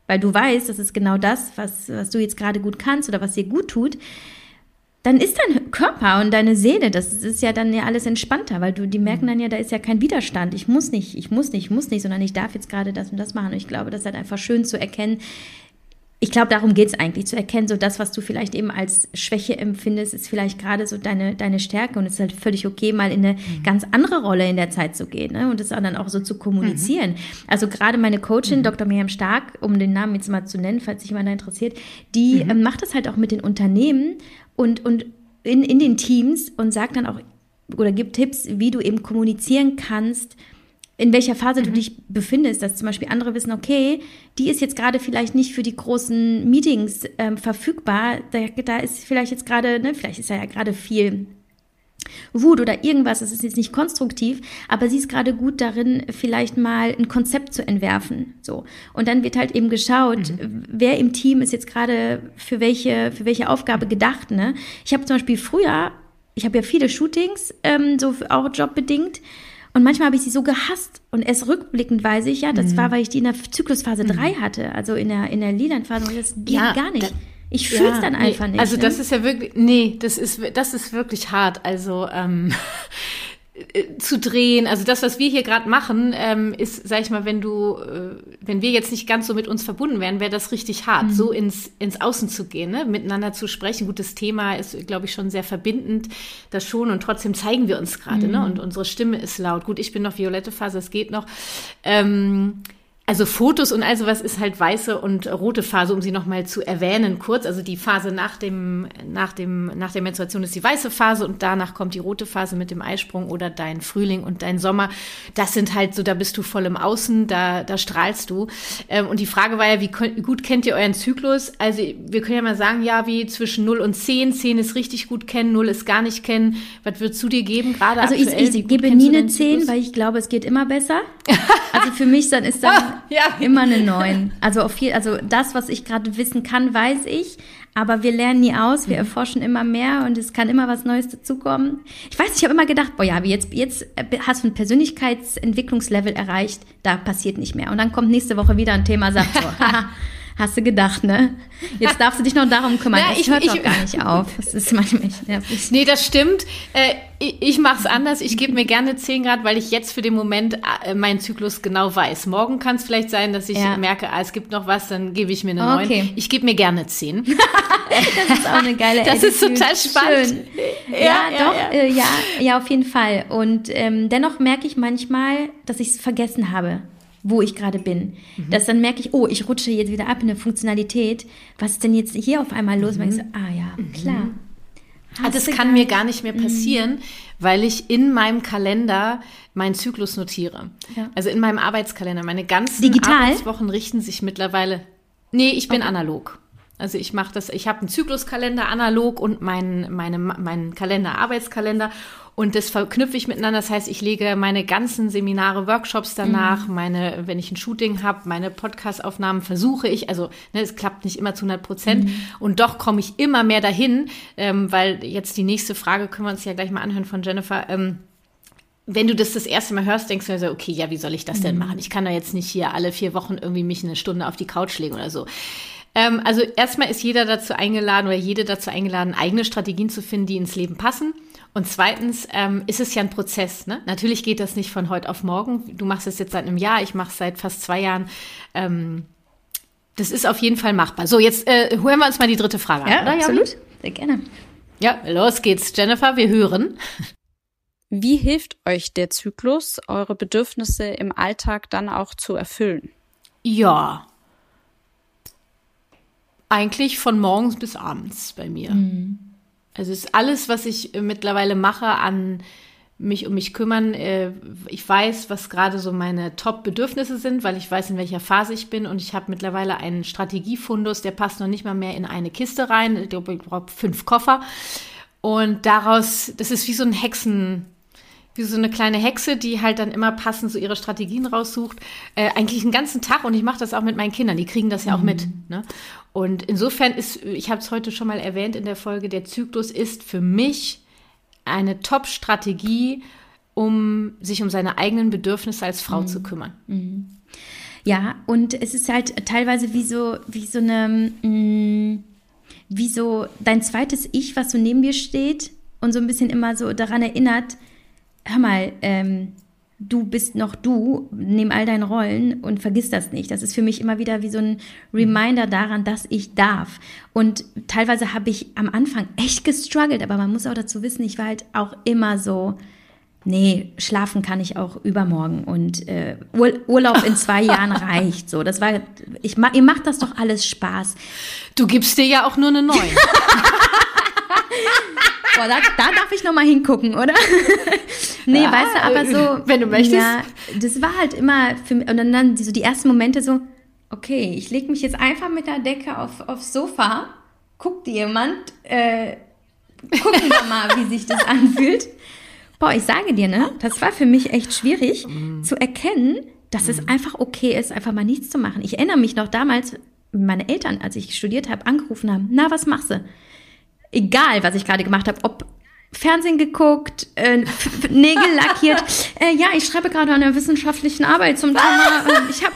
weil du weißt, das ist genau das, was, was du jetzt gerade gut kannst oder was dir gut tut, dann ist dein Körper und deine Seele, das ist ja dann ja alles entspannter, weil du, die merken dann ja, da ist ja kein Widerstand. Ich muss nicht, ich muss nicht, ich muss nicht, sondern ich darf jetzt gerade das und das machen. Und ich glaube, das ist halt einfach schön zu erkennen. Ich glaube, darum geht es eigentlich, zu erkennen, so das, was du vielleicht eben als Schwäche empfindest, ist vielleicht gerade so deine, deine Stärke und es ist halt völlig okay, mal in eine mhm. ganz andere Rolle in der Zeit zu gehen, ne? Und das dann auch so zu kommunizieren. Mhm. Also gerade meine Coachin, mhm. Doktor Miriam Stark, um den Namen jetzt mal zu nennen, falls sich jemand da interessiert, die mhm. ähm, macht das halt auch mit den Unternehmen und, und in, in den Teams und sagt dann auch oder gibt Tipps, wie du eben kommunizieren kannst, in welcher Phase mhm. du dich befindest, dass zum Beispiel andere wissen, okay, die ist jetzt gerade vielleicht nicht für die großen Meetings ähm, verfügbar, da, da ist vielleicht jetzt gerade, ne, vielleicht ist ja, ja gerade viel Wut oder irgendwas, das ist jetzt nicht konstruktiv, aber sie ist gerade gut darin, vielleicht mal ein Konzept zu entwerfen, so. Und dann wird halt eben geschaut, mhm. wer im Team ist jetzt gerade für welche, für welche Aufgabe gedacht, ne. Ich habe zum Beispiel früher, ich habe ja viele Shootings, ähm, so auch jobbedingt, und manchmal habe ich sie so gehasst. Und erst rückblickend weiß ich, ja, das mhm. war, weil ich die in der Zyklusphase mhm. drei hatte, also in der, in der Lilanphase. Und das geht ja, gar nicht. Da, ich fühle es ja, dann einfach nee, nicht. Also ne? das ist ja wirklich, nee, das ist, das ist wirklich hart. Also ähm, zu drehen, also das, was wir hier gerade machen, ähm, ist, sag ich mal, wenn du, äh, wenn wir jetzt nicht ganz so mit uns verbunden wären, wäre das richtig hart, mhm. so ins ins Außen zu gehen, ne? Miteinander zu sprechen. Gut, das Thema ist, glaube ich, schon sehr verbindend, das schon, und trotzdem zeigen wir uns gerade, mhm. ne? Und unsere Stimme ist laut. Gut, ich bin noch violette Phase, es geht noch. Ähm, Also Fotos und all sowas ist halt weiße und rote Phase, um sie nochmal zu erwähnen kurz. Also die Phase nach dem, nach dem, nach der Menstruation ist die weiße Phase und danach kommt die rote Phase mit dem Eisprung oder dein Frühling und dein Sommer. Das sind halt so, da bist du voll im Außen, da, da strahlst du. Und die Frage war ja, wie gut kennt ihr euren Zyklus? Also wir können ja mal sagen, ja, wie zwischen null und zehn. zehn ist richtig gut kennen, null ist gar nicht kennen. Was würdest du dir geben, gerade also aktuell? Also ich, ich gebe nie eine zehn, weil ich glaube, es geht immer besser. Also für mich dann ist dann ja. immer eine neun. Also auf viel, also das, was ich gerade wissen kann, weiß ich, aber wir lernen nie aus, wir mhm. erforschen immer mehr und es kann immer was Neues dazukommen. Ich weiß, ich habe immer gedacht, boah ja, wie jetzt, jetzt hast du ein Persönlichkeitsentwicklungslevel erreicht, da passiert nicht mehr. Und dann kommt nächste Woche wieder ein Thema, sagt so, haha, hast du gedacht, ne? Jetzt darfst du dich noch darum kümmern. Na, es ich, hört ich, doch gar nicht auf. Das ist manchmal echt nervig. Nee, das stimmt. Äh, ich ich mache es anders. Ich gebe mir gerne zehn Grad, weil ich jetzt für den Moment äh, meinen Zyklus genau weiß. Morgen kann es vielleicht sein, dass ich ja. merke, ah, es gibt noch was, dann gebe ich mir eine neun. Okay. Ich gebe mir gerne zehn. Das ist auch eine geile Das Attitude. Ist total spannend. Schön. Ja, ja, ja doch. Ja. Äh, ja, ja, auf jeden Fall. Und ähm, dennoch merke ich manchmal, dass ich es vergessen habe, wo ich gerade bin. Mhm. Dass dann merke ich, oh, ich rutsche jetzt wieder ab in eine Funktionalität. Was ist denn jetzt hier auf einmal los? Mhm. Und ich so, ah ja, klar. Ah, das kann mir gar nicht mehr passieren, mhm. weil ich in meinem Kalender meinen Zyklus notiere. Ja. Also in meinem Arbeitskalender. Meine ganzen Digital? Arbeitswochen richten sich mittlerweile... Nee, ich bin okay. analog. Also ich mache das, ich habe einen Zykluskalender analog und meinen meine, meinen Kalender, Arbeitskalender. Und das verknüpfe ich miteinander. Das heißt, ich lege meine ganzen Seminare, Workshops danach, mhm. meine, wenn ich ein Shooting habe, meine Podcast-Aufnahmen versuche ich. Also ne, es klappt nicht immer zu hundert Prozent. Mhm. Und doch komme ich immer mehr dahin, ähm, weil jetzt die nächste Frage können wir uns ja gleich mal anhören von Jennifer. Ähm, wenn du das das erste Mal hörst, denkst du dir so, okay, ja, wie soll ich das denn mhm. machen? Ich kann da jetzt nicht hier alle vier Wochen irgendwie mich eine Stunde auf die Couch legen oder so. Ähm, also erstmal ist jeder dazu eingeladen oder jede dazu eingeladen, eigene Strategien zu finden, die ins Leben passen. Und zweitens ähm, ist es ja ein Prozess, ne? Natürlich geht das nicht von heute auf morgen. Du machst es jetzt seit einem Jahr, ich mache es seit fast zwei Jahren. Ähm, das ist auf jeden Fall machbar. So, jetzt äh, hören wir uns mal die dritte Frage an, ja, oder? Absolut, ja, sehr gerne. Ja, los geht's, Jennifer, wir hören. Wie hilft euch der Zyklus, eure Bedürfnisse im Alltag dann auch zu erfüllen? Ja, eigentlich von morgens bis abends bei mir. Mhm. Also es ist alles, was ich mittlerweile mache, an mich um mich kümmern. Ich weiß, was gerade so meine Top-Bedürfnisse sind, weil ich weiß, in welcher Phase ich bin. Und ich habe mittlerweile einen Strategiefundus, der passt noch nicht mal mehr in eine Kiste rein. Ich glaube, ich brauche fünf Koffer. Und daraus, das ist wie so ein Hexen, wie so eine kleine Hexe, die halt dann immer passend so ihre Strategien raussucht. Äh, eigentlich einen ganzen Tag. Und ich mache das auch mit meinen Kindern. Die kriegen das ja auch mhm. mit, ne? Und insofern ist, ich habe es heute schon mal erwähnt in der Folge, der Zyklus ist für mich eine Top-Strategie, um sich um seine eigenen Bedürfnisse als Frau mhm. zu kümmern. Mhm. Ja, und es ist halt teilweise wie so, wie so eine, mh, wie so dein zweites Ich, was so neben dir steht und so ein bisschen immer so daran erinnert, hör mal, ähm, du bist noch du, neben all deinen Rollen und vergiss das nicht. Das ist für mich immer wieder wie so ein Reminder daran, dass ich darf. Und teilweise habe ich am Anfang echt gestruggelt, aber man muss auch dazu wissen, ich war halt auch immer so, nee, schlafen kann ich auch übermorgen und äh, Ur- Urlaub in zwei Jahren reicht. So, das war, ich ma, ihr macht das doch alles Spaß. Du gibst dir ja auch nur eine neun. Boah, da, da darf ich noch mal hingucken, oder? Nee, ja, weißt du, aber so, wenn du möchtest. Ja, das war halt immer für mich, und dann, dann so die ersten Momente so, okay, ich lege mich jetzt einfach mit der Decke auf, aufs Sofa, guckt jemand, äh, gucken wir mal, wie sich das anfühlt. Boah, ich sage dir, ne, das war für mich echt schwierig mm. zu erkennen, dass mm. es einfach okay ist, einfach mal nichts zu machen. Ich erinnere mich noch damals, meine Eltern, als ich studiert habe, angerufen haben, na, was machst du? Egal, was ich gerade gemacht habe, ob Fernsehen geguckt, äh, Nägel lackiert. Äh, ja, ich schreibe gerade an einer wissenschaftlichen Arbeit zum Thema. Äh, ich habe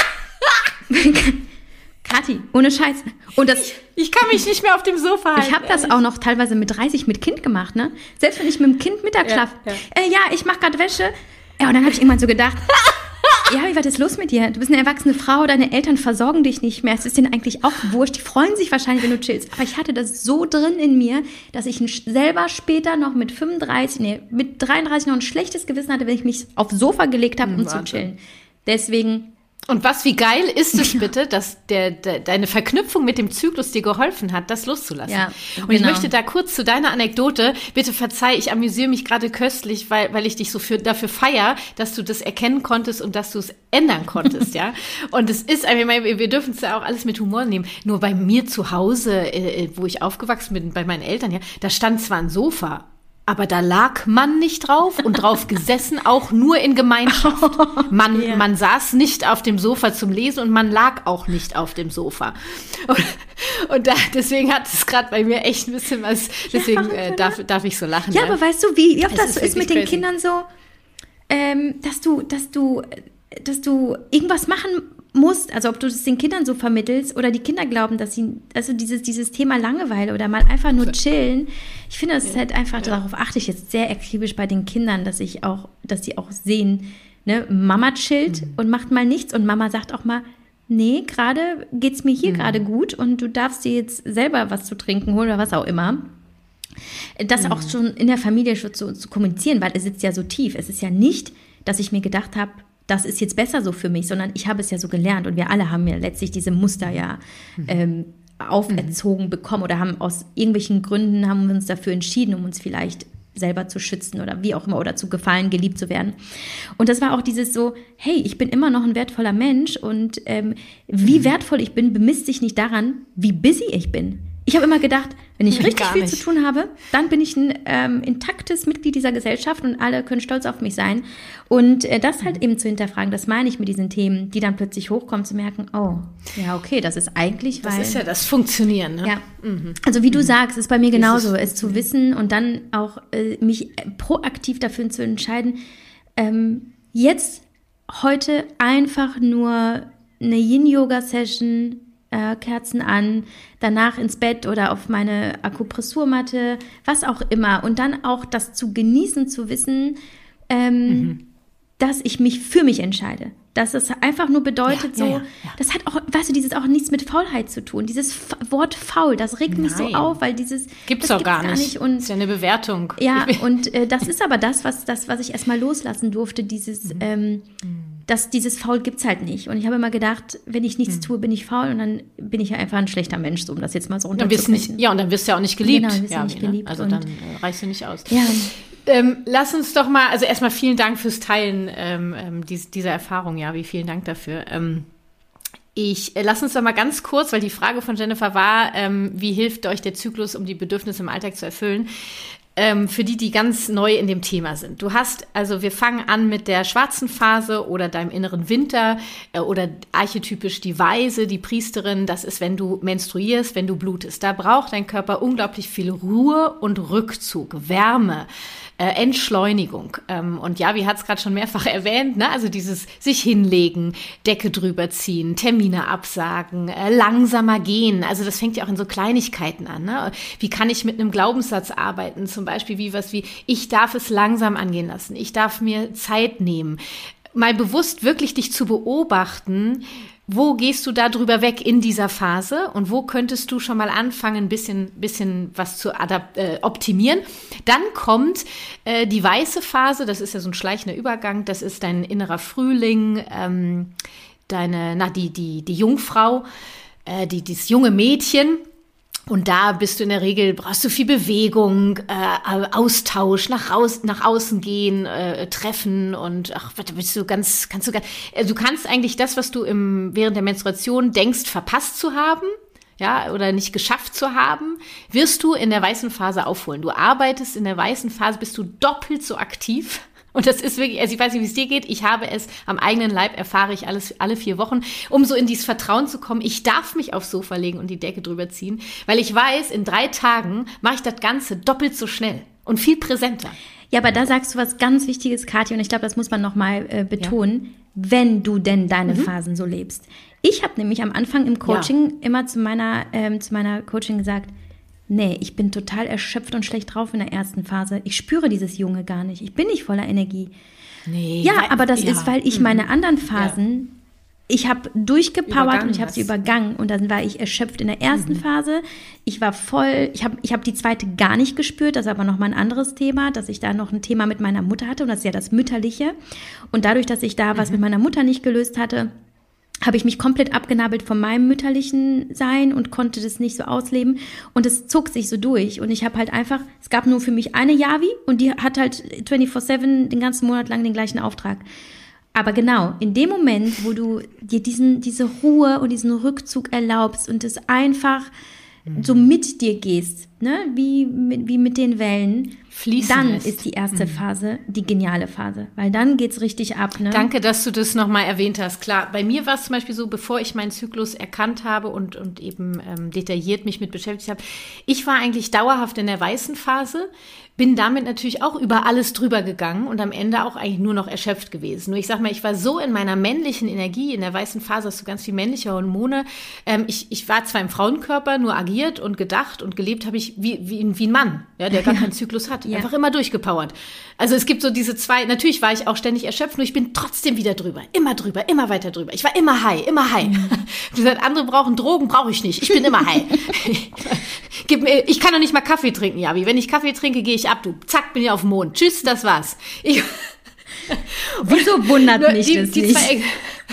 gar Kathi, ohne Scheiß. Und das, ich, ich kann mich nicht mehr auf dem Sofa halten. Ich habe das auch noch teilweise mit dreißig mit Kind gemacht, ne? Selbst wenn ich mit dem Kind Mittagsschlaf. Ja, ja. Äh, ja, ich mache gerade Wäsche. Ja, und dann habe ich irgendwann so gedacht, ja, wie war das los mit dir? Du bist eine erwachsene Frau, deine Eltern versorgen dich nicht mehr. Es ist denen eigentlich auch wurscht. Die freuen sich wahrscheinlich, wenn du chillst. Aber ich hatte das so drin in mir, dass ich selber später noch mit fünfunddreißig, nee, mit dreiunddreißig noch ein schlechtes Gewissen hatte, wenn ich mich aufs Sofa gelegt habe, um Wahnsinn. zu chillen. Deswegen... Und was, wie geil ist es bitte, dass der, der, deine Verknüpfung mit dem Zyklus dir geholfen hat, das loszulassen. Ja, und genau. ich möchte da kurz zu deiner Anekdote, bitte verzeih, ich amüsiere mich gerade köstlich, weil, weil ich dich so für, dafür feier, dass du das erkennen konntest und dass du es ändern konntest, ja. Und es ist, ich meine, wir dürfen es ja auch alles mit Humor nehmen. Nur bei mir zu Hause, äh, wo ich aufgewachsen bin, bei meinen Eltern, ja, da stand zwar ein Sofa, aber da lag man nicht drauf und drauf gesessen, auch nur in Gemeinschaft. Man, ja. man saß nicht auf dem Sofa zum Lesen und man lag auch nicht auf dem Sofa. Und, und da, deswegen hat es gerade bei mir echt ein bisschen was, deswegen ja, äh, darf, darf ich so lachen. Ja, ja. aber weißt du, wie, wie oft das, das ist, ist mit den crazy. Kindern so, ähm, dass du, dass du, dass du irgendwas machen musst, also ob du das den Kindern so vermittelst oder die Kinder glauben, dass sie, also dieses, dieses Thema Langeweile oder mal einfach nur chillen. Ich finde, das ist halt einfach, ja. darauf achte ich jetzt sehr akribisch bei den Kindern, dass ich auch, dass sie auch sehen, ne, Mama chillt mhm. und macht mal nichts und Mama sagt auch mal, nee, gerade geht's mir hier mhm. gerade gut und du darfst dir jetzt selber was zu trinken holen oder was auch immer. Das mhm. auch schon in der Familie schon zu, zu kommunizieren, weil es sitzt ja so tief. Es ist ja nicht, dass ich mir gedacht habe, das ist jetzt besser so für mich, sondern ich habe es ja so gelernt und wir alle haben ja letztlich diese Muster ja ähm, auferzogen bekommen oder haben aus irgendwelchen Gründen haben wir uns dafür entschieden, um uns vielleicht selber zu schützen oder wie auch immer oder zu gefallen, geliebt zu werden. Und das war auch dieses so, hey, ich bin immer noch ein wertvoller Mensch und ähm, wie wertvoll ich bin, bemisst sich nicht daran, wie busy ich bin. Ich habe immer gedacht, wenn ich richtig viel zu tun habe, dann bin ich ein ähm, intaktes Mitglied dieser Gesellschaft und alle können stolz auf mich sein. Und äh, das halt eben zu hinterfragen, das meine ich mit diesen Themen, die dann plötzlich hochkommen, zu merken, oh, ja, okay, das ist eigentlich, weil... Das ist ja das Funktionieren, ne? Ja, mhm. also wie du mhm. sagst, ist bei mir genauso, es zu wissen und dann auch äh, mich proaktiv dafür zu entscheiden, ähm, jetzt, heute einfach nur eine Yin-Yoga-Session, Äh, Kerzen an, danach ins Bett oder auf meine Akupressurmatte, was auch immer. Und dann auch das zu genießen, zu wissen, ähm, mhm. dass ich mich für mich entscheide. Dass es einfach nur bedeutet, ja, so, ja, ja, ja. das hat auch, weißt du, dieses auch nichts mit Faulheit zu tun. Dieses F- Wort faul, das regt Nein. mich so auf, weil dieses gibt's doch gar, gar nicht. Und, das ist ja eine Bewertung. Ja, und äh, das ist aber das, was, das, was ich erstmal loslassen durfte, dieses, mhm. ähm, dass dieses Faul gibt's halt nicht. Und ich habe immer gedacht, wenn ich nichts mhm. tue, bin ich faul und dann bin ich ja einfach ein schlechter Mensch, so, um das jetzt mal so runterzubrechen. Ja, und dann wirst du ja auch nicht geliebt. Genau, wirst ja, nicht ne? geliebt. Also und dann äh, reichst du nicht aus. Ja. Ähm, lass uns doch mal, also erstmal vielen Dank fürs Teilen ähm, ähm, dies, dieser Erfahrung, ja, wie vielen Dank dafür. Ähm, ich, äh, lass uns doch mal ganz kurz, weil die Frage von Jennifer war, ähm, wie hilft euch der Zyklus, um die Bedürfnisse im Alltag zu erfüllen? ähm, für die, die ganz neu in dem Thema sind. Du hast, also wir fangen an mit der schwarzen Phase oder deinem inneren Winter äh, oder archetypisch die Weise, die Priesterin. Das ist, wenn du menstruierst, wenn du blutest. Da braucht dein Körper unglaublich viel Ruhe und Rückzug, Wärme, äh, Entschleunigung. Ähm, und ja, wie hat es gerade schon mehrfach erwähnt, ne? Also dieses sich hinlegen, Decke drüber ziehen, Termine absagen, äh, langsamer gehen. Also das fängt ja auch in so Kleinigkeiten an. Ne? Wie kann ich mit einem Glaubenssatz arbeiten? Zum Beispiel wie was wie, ich darf es langsam angehen lassen. Ich darf mir Zeit nehmen. Mal bewusst wirklich dich zu beobachten, wo gehst du da drüber weg in dieser Phase und wo könntest du schon mal anfangen, ein bisschen, bisschen was zu adap- äh, optimieren. Dann kommt äh, die weiße Phase, das ist ja so ein schleichender Übergang, das ist dein innerer Frühling, ähm, deine, na, die, die, die Jungfrau, äh, die, dieses junge Mädchen. Und da bist du in der Regel, brauchst du viel Bewegung, äh, Austausch, nach, raus, nach außen gehen, äh, treffen und ach, da bist du ganz, kannst du ganz, äh, du kannst eigentlich das, was du im, während der Menstruation denkst, verpasst zu haben, ja, oder nicht geschafft zu haben, wirst du in der weißen Phase aufholen. Du arbeitest in der weißen Phase, bist du doppelt so aktiv. Und das ist wirklich, also ich weiß nicht, wie es dir geht, ich habe es am eigenen Leib, erfahre ich alles alle vier Wochen, um so in dieses Vertrauen zu kommen, ich darf mich aufs Sofa legen und die Decke drüber ziehen, weil ich weiß, in drei Tagen mache ich das Ganze doppelt so schnell und viel präsenter. Ja, aber da sagst du was ganz Wichtiges, Kathi, und ich glaube, das muss man nochmal äh, betonen, ja. Wenn du denn deine mhm. Phasen so lebst. Ich habe nämlich am Anfang im Coaching ja. immer zu meiner, ähm, zu meiner Coaching gesagt, nee, ich bin total erschöpft und schlecht drauf in der ersten Phase. Ich spüre dieses Junge gar nicht. Ich bin nicht voller Energie. Nee, ja, weil, aber das ja. ist, weil ich meine anderen Phasen, ja. ich habe durchgepowert und ich habe sie übergangen. Und dann war ich erschöpft in der ersten mhm. Phase. Ich war voll, ich habe ich hab die zweite gar nicht gespürt. Das ist aber nochmal ein anderes Thema, dass ich da noch ein Thema mit meiner Mutter hatte. Und das ist ja das Mütterliche. Und dadurch, dass ich da mhm. was mit meiner Mutter nicht gelöst hatte, habe ich mich komplett abgenabelt von meinem mütterlichen Sein und konnte das nicht so ausleben. Und es zog sich so durch. Und ich habe halt einfach, es gab nur für mich eine Yavi und die hat halt vierundzwanzig sieben den ganzen Monat lang den gleichen Auftrag. Aber genau, in dem Moment, wo du dir diesen, diese Ruhe und diesen Rückzug erlaubst und es einfach mhm. so mit dir gehst, ne, wie, wie mit den Wellen, fließen dann lässt. Ist die erste mhm. Phase die geniale Phase, weil dann geht's richtig ab. Ne? Danke, dass du das nochmal erwähnt hast. Klar, bei mir war es zum Beispiel so, bevor ich meinen Zyklus erkannt habe und, und eben ähm, detailliert mich mit beschäftigt habe, ich war eigentlich dauerhaft in der weißen Phase, bin damit natürlich auch über alles drüber gegangen und am Ende auch eigentlich nur noch erschöpft gewesen. Nur ich sag mal, ich war so in meiner männlichen Energie, in der weißen Phase hast du ganz viel männliche Hormone. Ähm, ich, ich war zwar im Frauenkörper, nur agiert und gedacht und gelebt habe ich wie, wie, wie ein Mann, ja, der gar ja. keinen Zyklus hat. Ja. Einfach immer durchgepowert. Also es gibt so diese zwei, natürlich war ich auch ständig erschöpft, nur ich bin trotzdem wieder drüber, immer drüber, immer weiter drüber. Ich war immer high, immer high. Mhm. Gesagt, andere brauchen Drogen, brauche ich nicht. Ich bin immer high. Gib mir, ich kann doch nicht mal Kaffee trinken, Javi. Wenn ich Kaffee trinke, gehe ich ab, du. Zack, bin ich auf dem Mond. Tschüss, das war's. Ich, Wieso wundert mich die, das die nicht? Zwei,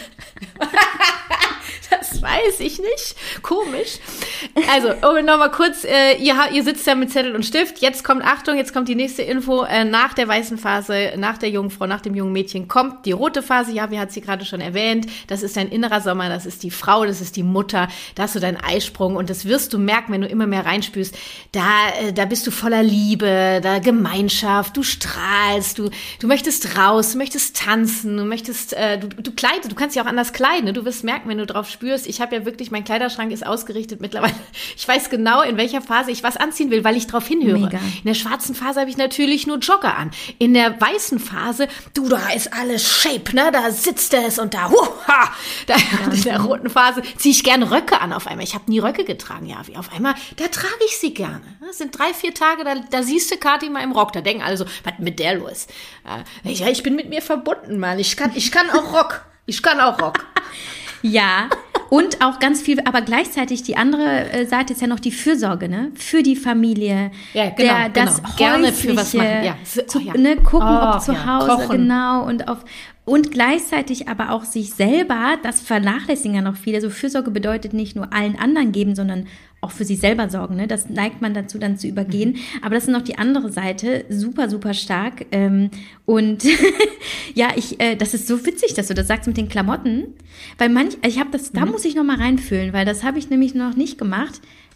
das weiß ich nicht. Komisch. Also, um nochmal kurz, äh, ihr, ihr sitzt ja mit Zettel und Stift. Jetzt kommt, Achtung, jetzt kommt die nächste Info. Äh, nach der weißen Phase, nach der Jungfrau, nach dem jungen Mädchen kommt die rote Phase. Ja, wie hat sie gerade schon erwähnt. Das ist dein innerer Sommer, das ist die Frau, das ist die Mutter. Da hast du deinen Eisprung und das wirst du merken, wenn du immer mehr reinspürst. Da, äh, da bist du voller Liebe, da Gemeinschaft, du strahlst, du, du möchtest raus, du möchtest tanzen, du möchtest, äh, du, du kleidest, du kannst dich auch anders kleiden. Ne? Du wirst merken, wenn du drauf spürst. Ich habe ja wirklich, mein Kleiderschrank ist ausgerichtet mittlerweile. Ich weiß genau, in welcher Phase ich was anziehen will, weil ich drauf hinhöre. Mega. In der schwarzen Phase habe ich natürlich nur Jogger an. In der weißen Phase, du, da ist alles Shape, ne? Da sitzt es und da, huha, da ja. In der roten Phase ziehe ich gerne Röcke an auf einmal. Ich habe nie Röcke getragen, ja, wie auf einmal, da trage ich sie gerne. Das sind drei, vier Tage, da, da siehst du Kathi mal im Rock. Da denken alle so, was mit der los? Ja, ich bin mit mir verbunden, Mann. Ich kann, ich kann auch Rock. Ich kann auch Rock. Ja, und auch ganz viel, aber gleichzeitig die andere Seite ist ja noch die Fürsorge, ne? Für die Familie. Ja, genau, der, das genau. Gerne für was machen. Ja. Zu, oh, ja. Ne, gucken, oh, ob zu ja. Hause, Kochen. Genau, und auf und gleichzeitig aber auch sich selber, das vernachlässigen ja noch viele. So Fürsorge bedeutet nicht nur allen anderen geben, sondern auch für sich selber sorgen. Ne? Das neigt man dazu, dann zu übergehen. Mhm. Aber das ist noch die andere Seite, super, super stark. Ähm, und ja, ich, äh, das ist so witzig, dass du das sagst mit den Klamotten. Weil manch, ich habe das, da mhm. muss ich noch mal reinfühlen, weil das habe ich nämlich noch nicht gemacht.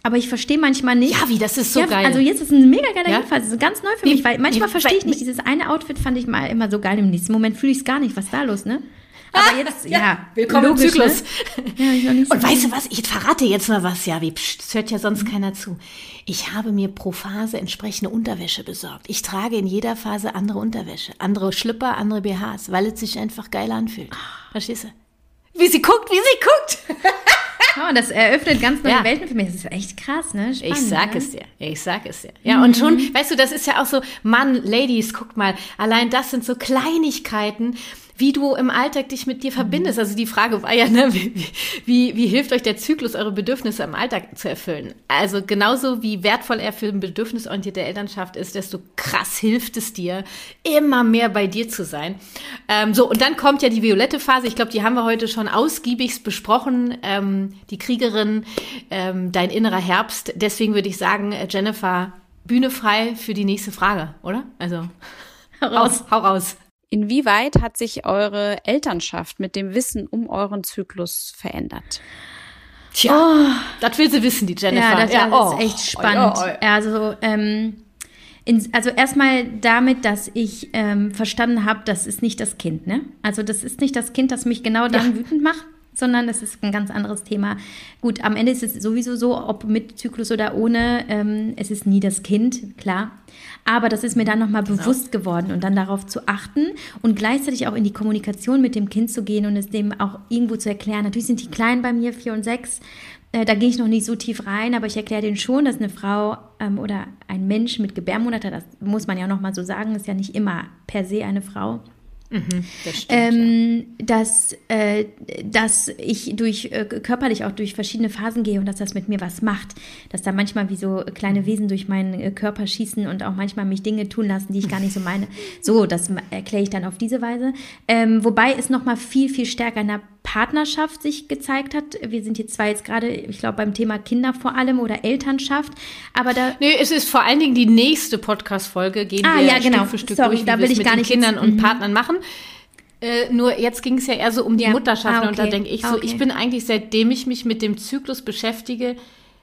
Aber ich verstehe manchmal nicht. Ja, wie, das ist so ja, geil. Also jetzt ist ein mega geiler ja? Einfall. Das ist ganz neu für wie, mich, weil manchmal wie, verstehe ich wie, nicht. Dieses eine Outfit fand ich mal immer so geil. Im nächsten Moment fühle ich es gar nicht. Was ist da los, ne? Aber jetzt, ja, ja willkommen logisch, im Zyklus. Ne? Ja, ich noch nicht so und weißt du was, ich verrate jetzt mal was, ja, wie, pst, das hört ja sonst mhm. keiner zu. Ich habe mir pro Phase entsprechende Unterwäsche besorgt. Ich trage in jeder Phase andere Unterwäsche, andere Schlüpper, andere B Hs, weil es sich einfach geil anfühlt. Verstehst du? Wie sie guckt, wie sie guckt. Oh, das eröffnet ganz neue ja. Welten für mich. Das ist echt krass, ne? Spannend, ich sag ne? es dir, ich sag es dir. Ja, mhm. und schon, weißt du, das ist ja auch so, Mann, Ladies, guckt mal, allein das sind so Kleinigkeiten, wie du im Alltag dich mit dir verbindest. Also die Frage war ja, ne, wie, wie, wie hilft euch der Zyklus, eure Bedürfnisse im Alltag zu erfüllen? Also genauso wie wertvoll er für eine bedürfnisorientierte Elternschaft ist, desto krass hilft es dir, immer mehr bei dir zu sein. Ähm, so, und dann kommt ja die violette Phase. Ich glaube, die haben wir heute schon ausgiebigst besprochen. Ähm, die Kriegerin, ähm, dein innerer Herbst. Deswegen würde ich sagen, Jennifer, Bühne frei für die nächste Frage, oder? Also, hau raus. Hau raus. Inwieweit hat sich eure Elternschaft mit dem Wissen um euren Zyklus verändert? Tja, oh. das will sie wissen, die Jennifer. Ja, das, ja, das oh. ist echt spannend. Oh, oh, oh. Also, ähm, in, also erstmal damit, dass ich ähm, verstanden habe, das ist nicht das Kind, ne? Also das ist nicht das Kind, das mich genau dann ja. wütend macht, sondern das ist ein ganz anderes Thema. Gut, am Ende ist es sowieso so, ob mit Zyklus oder ohne, ähm, es ist nie das Kind, klar. Aber das ist mir dann nochmal genau. bewusst geworden und dann darauf zu achten und gleichzeitig auch in die Kommunikation mit dem Kind zu gehen und es dem auch irgendwo zu erklären. Natürlich sind die Kleinen bei mir, vier und sechs, äh, da gehe ich noch nicht so tief rein, aber ich erkläre denen schon, dass eine Frau ähm, oder ein Mensch mit Gebärmutter, das muss man ja nochmal so sagen, ist ja nicht immer per se eine Frau. Mhm, das stimmt, ähm, ja. dass, äh, dass ich durch äh, körperlich auch durch verschiedene Phasen gehe und dass das mit mir was macht, dass da manchmal wie so kleine Wesen durch meinen äh, Körper schießen und auch manchmal mich Dinge tun lassen, die ich gar nicht so meine. So, das erkläre ich dann auf diese Weise. Ähm, wobei es nochmal viel, viel stärker in der Partnerschaft sich gezeigt hat. Wir sind jetzt zwar jetzt gerade, ich glaube, beim Thema Kinder vor allem oder Elternschaft, aber da... Nee, es ist vor allen Dingen die nächste Podcast-Folge, gehen ah, wir ja, genau. Stück für Stück Sorry, durch, wie da wir will es ich mit gar den nicht Kindern jetzt, und mm. Partnern machen. Äh, nur jetzt ging es ja eher so um die ja. Mutterschaft ah, okay. und da denke ich so, okay. ich bin eigentlich, seitdem ich mich mit dem Zyklus beschäftige,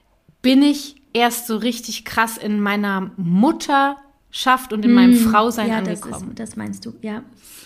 bin ich erst so richtig krass in meiner Mutterschaft und in mm. meinem Frausein ja, angekommen. Das, ist, das meinst du, ja.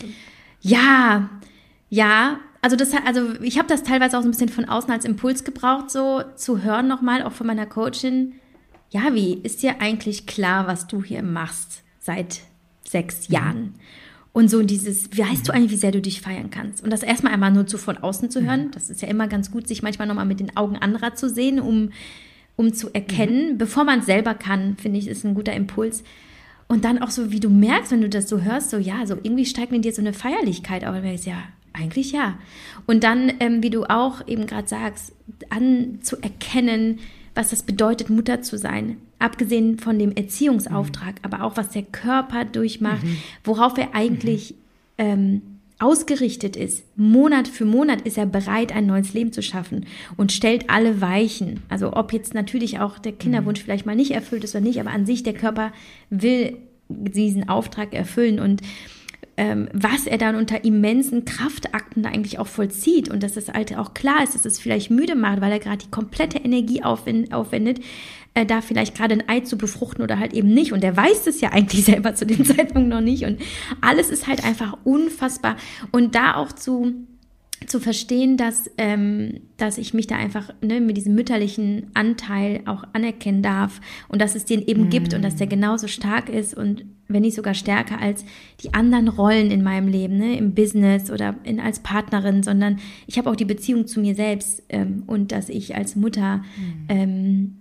Ja, ja, also das, also ich habe das teilweise auch so ein bisschen von außen als Impuls gebraucht, so zu hören nochmal, auch von meiner Coachin. Ja, wie ist dir eigentlich klar, was du hier machst seit sechs mhm. Jahren? Und so dieses, weißt mhm. du eigentlich, wie sehr du dich feiern kannst? Und das erstmal einmal nur zu von außen zu hören. Mhm. Das ist ja immer ganz gut, sich manchmal nochmal mit den Augen anderer zu sehen, um, um zu erkennen, mhm. bevor man es selber kann, finde ich, ist ein guter Impuls. Und dann auch so, wie du merkst, wenn du das so hörst, so ja, so irgendwie steigt in dir so eine Feierlichkeit auf. Und du denkst, ja, eigentlich ja. Und dann, ähm, wie du auch eben gerade sagst, anzuerkennen, was das bedeutet, Mutter zu sein. Abgesehen von dem Erziehungsauftrag, mhm. aber auch, was der Körper durchmacht, mhm. worauf er eigentlich mhm. ähm, ausgerichtet ist. Monat für Monat ist er bereit, ein neues Leben zu schaffen und stellt alle Weichen. Also ob jetzt natürlich auch der Kinderwunsch mhm. vielleicht mal nicht erfüllt ist oder nicht, aber an sich der Körper will diesen Auftrag erfüllen und Ähm, was er dann unter immensen Kraftakten da eigentlich auch vollzieht und dass es halt auch klar ist, dass es vielleicht müde macht, weil er gerade die komplette Energie aufwend- aufwendet, äh, da vielleicht gerade ein Ei zu befruchten oder halt eben nicht und er weiß es ja eigentlich selber zu dem Zeitpunkt noch nicht und alles ist halt einfach unfassbar und da auch zu zu verstehen, dass, ähm, dass ich mich da einfach ne, mit diesem mütterlichen Anteil auch anerkennen darf und dass es den eben mm. gibt und dass der genauso stark ist und wenn nicht sogar stärker als die anderen Rollen in meinem Leben, ne, im Business oder in, als Partnerin, sondern ich habe auch die Beziehung zu mir selbst ähm, und dass ich als Mutter mm. ähm,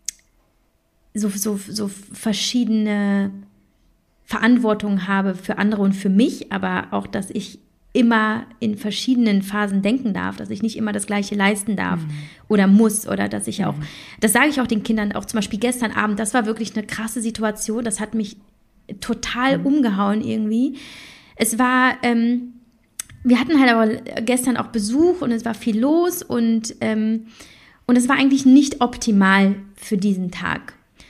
so, so, so verschiedene Verantwortung habe für andere und für mich, aber auch, dass ich immer in verschiedenen Phasen denken darf, dass ich nicht immer das Gleiche leisten darf mhm. oder muss oder dass ich auch, mhm. das sage ich auch den Kindern, auch zum Beispiel gestern Abend, das war wirklich eine krasse Situation, das hat mich total mhm. umgehauen irgendwie. Es war, ähm, wir hatten halt aber gestern auch Besuch und es war viel los und, ähm, und es war eigentlich nicht optimal für diesen Tag.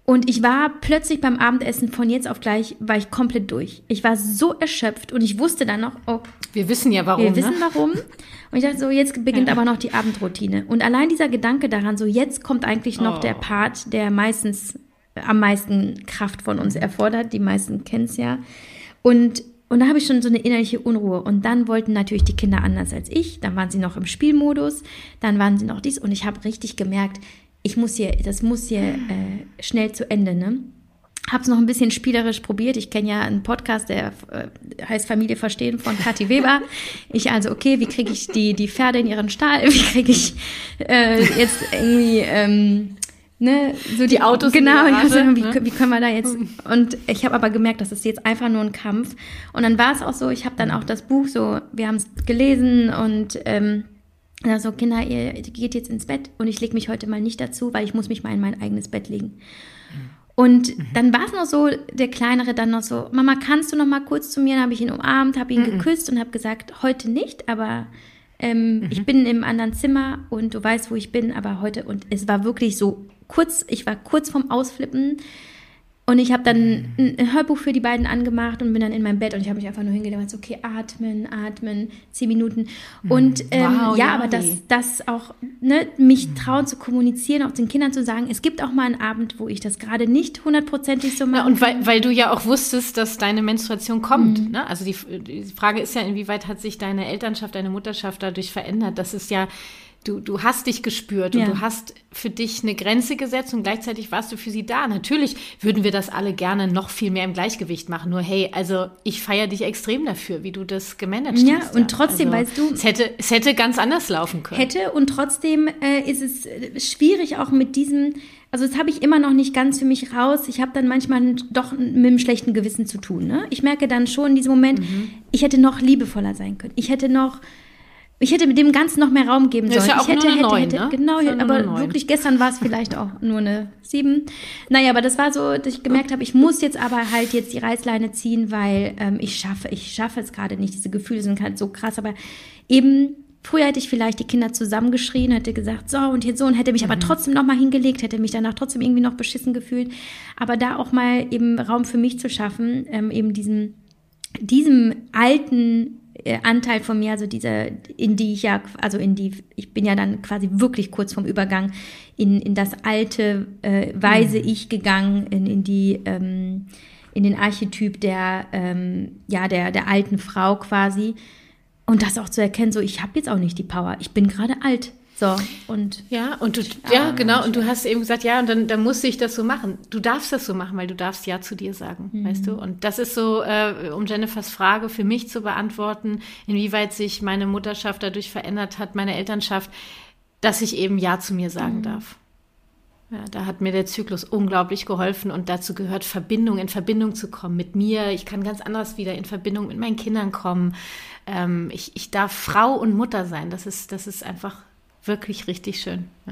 Und ich war plötzlich beim Abendessen von jetzt auf gleich, war ich komplett durch. Ich war so erschöpft und ich wusste dann noch, oh, wir wissen ja warum. Wir wissen ne? warum. Und ich dachte so, jetzt beginnt ja. aber noch die Abendroutine. Und allein dieser Gedanke daran, so jetzt kommt eigentlich noch oh. der Part, der meistens am meisten Kraft von uns erfordert. Die meisten kennen es ja. Und, und da habe ich schon so eine innerliche Unruhe. Und dann wollten natürlich die Kinder anders als ich. Dann waren sie noch im Spielmodus. Dann waren sie noch dies. Und ich habe richtig gemerkt, ich muss hier, das muss hier äh, schnell zu Ende, ne? Hab's noch ein bisschen spielerisch probiert. Ich kenne ja einen Podcast, der äh, heißt Familie verstehen von Kathi Weber. Ich also, okay, wie kriege ich die, die Pferde in ihren Stall? Wie kriege ich äh, jetzt irgendwie, ähm, ne, so die, die Autos genau, in die Garage, wie, ne? wie können wir da jetzt, und ich habe aber gemerkt, das ist jetzt einfach nur ein Kampf. Und dann war es auch so, ich habe dann auch das Buch so, wir haben es gelesen und ähm, also Kinder, ihr geht jetzt ins Bett und ich lege mich heute mal nicht dazu, weil ich muss mich mal in mein eigenes Bett legen. Und mhm. dann war es noch so, der Kleinere dann noch so, Mama, kannst du noch mal kurz zu mir? Dann habe ich ihn umarmt, habe ihn mhm. geküsst und habe gesagt, heute nicht, aber ähm, mhm. ich bin im anderen Zimmer und du weißt, wo ich bin, aber heute, und es war wirklich so kurz, ich war kurz vorm Ausflippen. Und ich habe dann ein Hörbuch für die beiden angemacht und bin dann in meinem Bett und ich habe mich einfach nur hingelegt und so, okay, atmen, atmen, zehn Minuten. Und ähm, wow, ja, ja, aber das, das auch, ne, mich trauen zu kommunizieren, auch den Kindern zu sagen, es gibt auch mal einen Abend, wo ich das gerade nicht hundertprozentig so mache. Ja, und weil, weil du ja auch wusstest, dass deine Menstruation kommt. Mhm. Ne? Also die, die Frage ist ja, inwieweit hat sich deine Elternschaft, deine Mutterschaft dadurch verändert? Das ist ja... Du, du hast dich gespürt und ja. du hast für dich eine Grenze gesetzt und gleichzeitig warst du für sie da. Natürlich würden wir das alle gerne noch viel mehr im Gleichgewicht machen. Nur hey, also ich feiere dich extrem dafür, wie du das gemanagt ja, hast. Ja, und trotzdem, also, weißt du... Es hätte, es hätte ganz anders laufen können. Hätte und trotzdem äh, ist es schwierig auch mit diesem... Also das habe ich immer noch nicht ganz für mich raus. Ich habe dann manchmal doch mit einem schlechten Gewissen zu tun. Ne? Ich merke dann schon in diesem Moment, mhm. ich hätte noch liebevoller sein können. Ich hätte noch... Ich hätte mit dem Ganzen noch mehr Raum geben sollen. Ist ja auch ich hätte, nur eine hätte, neun, hätte, ne? genau, ja aber wirklich gestern war es vielleicht auch nur eine sieben. Naja, aber das war so, dass ich gemerkt habe, ich muss jetzt aber halt jetzt die Reißleine ziehen, weil ähm, ich schaffe, ich schaffe es gerade nicht. Diese Gefühle sind halt so krass, aber eben früher hätte ich vielleicht die Kinder zusammengeschrien, hätte gesagt, so und jetzt so und hätte mich mhm. aber trotzdem noch mal hingelegt, hätte mich danach trotzdem irgendwie noch beschissen gefühlt. Aber da auch mal eben Raum für mich zu schaffen, ähm, eben diesem, diesem alten Anteil von mir, also diese, in die ich ja, also in die, ich bin ja dann quasi wirklich kurz vorm Übergang in, in das alte, äh, weise mhm. Ich gegangen, in, in die, ähm, in den Archetyp der, ähm, ja, der, der alten Frau quasi. Und das auch zu erkennen, so, ich habe jetzt auch nicht die Power, ich bin gerade alt. So, und. Ja, und du, ja, genau, und du hast eben gesagt, ja, und dann, dann musste ich das so machen. Du darfst das so machen, weil du darfst Ja zu dir sagen, mhm. weißt du? Und das ist so, äh, um Jennifers Frage für mich zu beantworten, inwieweit sich meine Mutterschaft dadurch verändert hat, meine Elternschaft, dass ich eben Ja zu mir sagen mhm. darf. Ja, da hat mir der Zyklus unglaublich geholfen und dazu gehört Verbindung, in Verbindung zu kommen mit mir. Ich kann ganz anders wieder in Verbindung mit meinen Kindern kommen. Ähm, ich, ich darf Frau und Mutter sein. Das ist, das ist einfach wirklich richtig schön. Ja.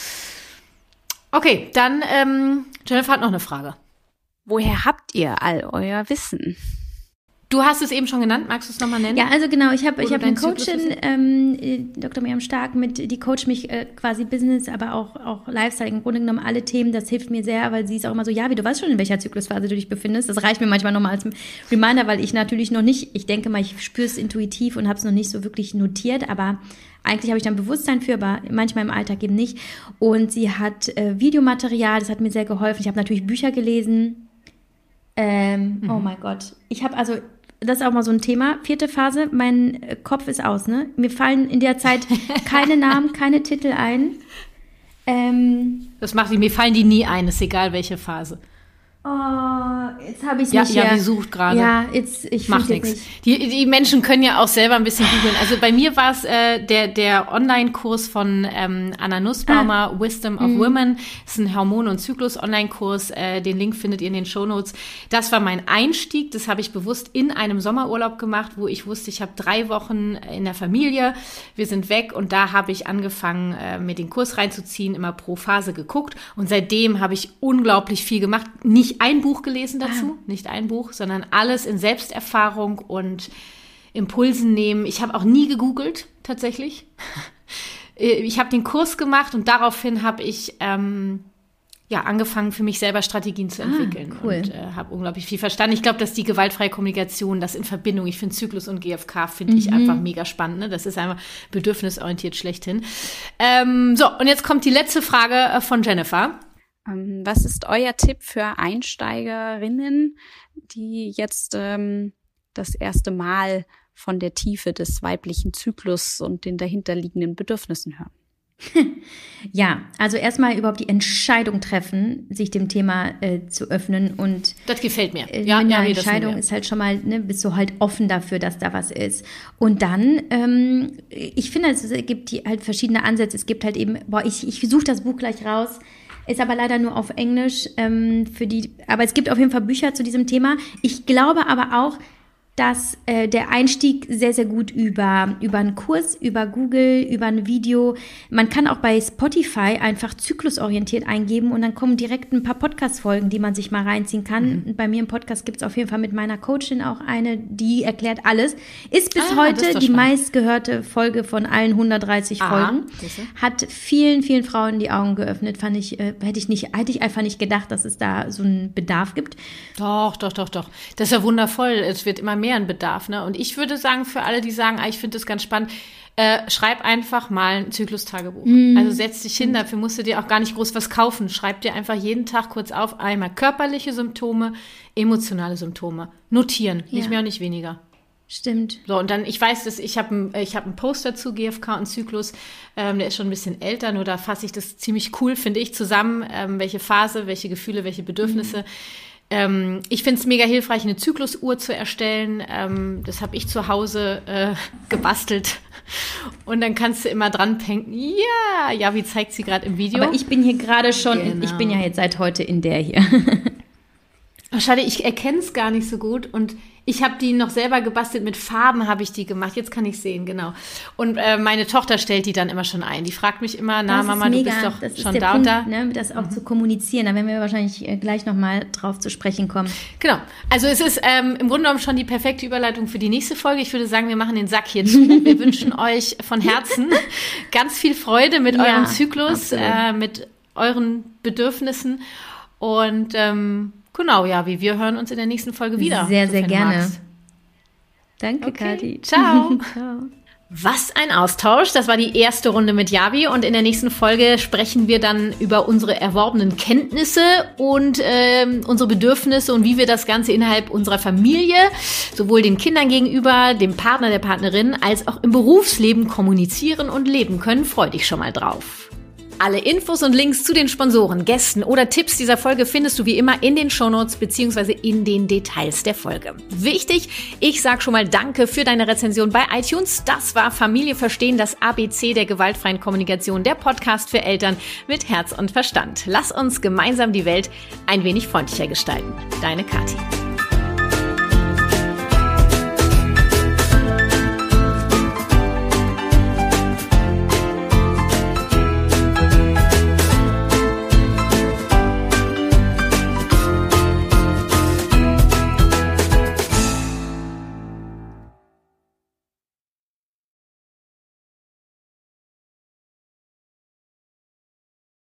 Okay, dann ähm, Jennifer hat noch eine Frage. Woher habt ihr all euer Wissen? Du hast es eben schon genannt, magst du es nochmal nennen? Ja, also genau, ich habe ich hab eine Coachin, ähm, Doktor Miriam Stark, mit, die coacht mich äh, quasi Business, aber auch, auch Lifestyle, im Grunde genommen alle Themen, das hilft mir sehr, weil sie ist auch immer so, ja, wie du weißt schon, in welcher Zyklusphase du dich befindest, das reicht mir manchmal nochmal als Reminder, weil ich natürlich noch nicht, ich denke mal, ich spüre es intuitiv und habe es noch nicht so wirklich notiert, aber eigentlich habe ich dann Bewusstsein für, aber manchmal im Alltag eben nicht. Und sie hat äh, Videomaterial, das hat mir sehr geholfen. Ich habe natürlich Bücher gelesen. Ähm, mhm. Oh mein Gott. Ich habe also, das ist auch mal so ein Thema. Vierte Phase, mein Kopf ist aus, ne? Mir fallen in der Zeit keine Namen, keine Titel ein. Ähm, das macht die, mir fallen die nie ein, ist egal welche Phase. Oh, jetzt habe ich es ja, nicht Ja, hier. die sucht gerade. Ja, jetzt, ich Macht nichts. Die, die Menschen können ja auch selber ein bisschen googeln. Also bei mir war es äh, der, der Online-Kurs von ähm, Anna Nussbaumer, ah. Wisdom of mhm. Women. Das ist ein Hormon- und Zyklus-Online-Kurs. Äh, den Link findet ihr in den Shownotes. Das war mein Einstieg. Das habe ich bewusst in einem Sommerurlaub gemacht, wo ich wusste, ich habe drei Wochen in der Familie. Wir sind weg und da habe ich angefangen, äh, mir den Kurs reinzuziehen, immer pro Phase geguckt. Und seitdem habe ich unglaublich viel gemacht. Nicht ein Buch gelesen dazu, ah. nicht ein Buch, sondern alles in Selbsterfahrung und Impulsen nehmen. Ich habe auch nie gegoogelt, tatsächlich. Ich habe den Kurs gemacht und daraufhin habe ich ähm, ja, angefangen, für mich selber Strategien zu entwickeln. Ah, cool. Und äh, habe unglaublich viel verstanden. Ich glaube, dass die gewaltfreie Kommunikation, das in Verbindung, ich finde Zyklus und G F K, finde ich Mhm. einfach mega spannend. Ne? Das ist einfach bedürfnisorientiert schlechthin. Ähm, so, und jetzt kommt die letzte Frage äh, von Jennifer. Ähm, was ist euer Tipp für Einsteigerinnen, die jetzt ähm, das erste Mal von der Tiefe des weiblichen Zyklus und den dahinterliegenden Bedürfnissen hören? Ja, also erstmal überhaupt die Entscheidung treffen, sich dem Thema äh, zu öffnen und Das gefällt mir. äh, Ja, mit ja, einer nee, das Entscheidung nehmen wir. ist halt schon mal, ne, bist du halt offen dafür, dass da was ist. Und dann, ähm, ich finde, es gibt die, halt verschiedene Ansätze. Es gibt halt eben, boah, ich, ich suche das Buch gleich raus, ist aber leider nur auf Englisch ähm, für die, aber es gibt auf jeden Fall Bücher zu diesem Thema. Ich glaube aber auch, dass äh, der Einstieg sehr, sehr gut über, über einen Kurs, über Google, über ein Video, man kann auch bei Spotify einfach zyklusorientiert eingeben und dann kommen direkt ein paar Podcast-Folgen, die man sich mal reinziehen kann. Mhm. Bei mir im Podcast gibt es auf jeden Fall mit meiner Coachin auch eine, die erklärt alles. Ist bis Ah, heute ist die spannend. meistgehörte Folge von allen hundertdreißig Aha, Folgen. siehste. Hat vielen, vielen Frauen die Augen geöffnet. Fand ich, äh, hätte ich nicht, hätte ich einfach nicht gedacht, dass es da so einen Bedarf gibt. Doch, doch, doch, doch. Das ist ja wundervoll. Es wird immer mehr ein Bedarf, ne? Und ich würde sagen, für alle, die sagen, ah, ich finde das ganz spannend, äh, schreib einfach mal ein Zyklustagebuch. Mm. Also setz dich hin, dafür musst du dir auch gar nicht groß was kaufen. Schreib dir einfach jeden Tag kurz auf, einmal körperliche Symptome, emotionale Symptome. Notieren, Ja. nicht mehr und nicht weniger. Stimmt. So, und dann, ich weiß, dass ich habe ein, ich hab einen Poster zu G F K und Zyklus, ähm, der ist schon ein bisschen älter, nur da fasse ich das ziemlich cool, finde ich, zusammen, ähm, welche Phase, welche Gefühle, welche Bedürfnisse. Mhm. Ähm, ich finde es mega hilfreich, eine Zyklusuhr zu erstellen. Ähm, das habe ich zu Hause äh, gebastelt. Und dann kannst du immer dran denken, ja, ja, wie zeigt sie gerade im Video. Aber ich bin hier gerade schon, Genau. ich bin ja jetzt seit heute in der hier. Ach, schade, ich erkenne es gar nicht so gut und ich habe die noch selber gebastelt, mit Farben habe ich die gemacht, jetzt kann ich sehen, genau. Und äh, meine Tochter stellt die dann immer schon ein, die fragt mich immer, na Das Mama, ist mega. du bist doch das schon ist der da Punkt, und da. ne, das auch mhm. zu kommunizieren, da werden wir wahrscheinlich äh, gleich nochmal drauf zu sprechen kommen. Genau, also es ist ähm, im Grunde genommen schon die perfekte Überleitung für die nächste Folge. Ich würde sagen, wir machen den Sack hier zu. Wir wünschen euch von Herzen ganz viel Freude mit Ja, eurem Zyklus, absolut. äh, mit euren Bedürfnissen und ähm, genau, ja, wie wir hören uns in der nächsten Folge wieder. Sehr, sehr sofern du gerne. magst. Danke, Okay, Kathi. ciao. Ciao. Was ein Austausch. Das war die erste Runde mit Yavi und in der nächsten Folge sprechen wir dann über unsere erworbenen Kenntnisse und ähm, unsere Bedürfnisse und wie wir das Ganze innerhalb unserer Familie, sowohl den Kindern gegenüber, dem Partner, der Partnerin, als auch im Berufsleben kommunizieren und leben können. Freu dich schon mal drauf. Alle Infos und Links zu den Sponsoren, Gästen oder Tipps dieser Folge findest du wie immer in den Shownotes bzw. in den Details der Folge. Wichtig, ich sag schon mal Danke für deine Rezension bei iTunes. Das war Familie verstehen, das A B C der gewaltfreien Kommunikation, der Podcast für Eltern mit Herz und Verstand. Lass uns gemeinsam die Welt ein wenig freundlicher gestalten. Deine Kathi.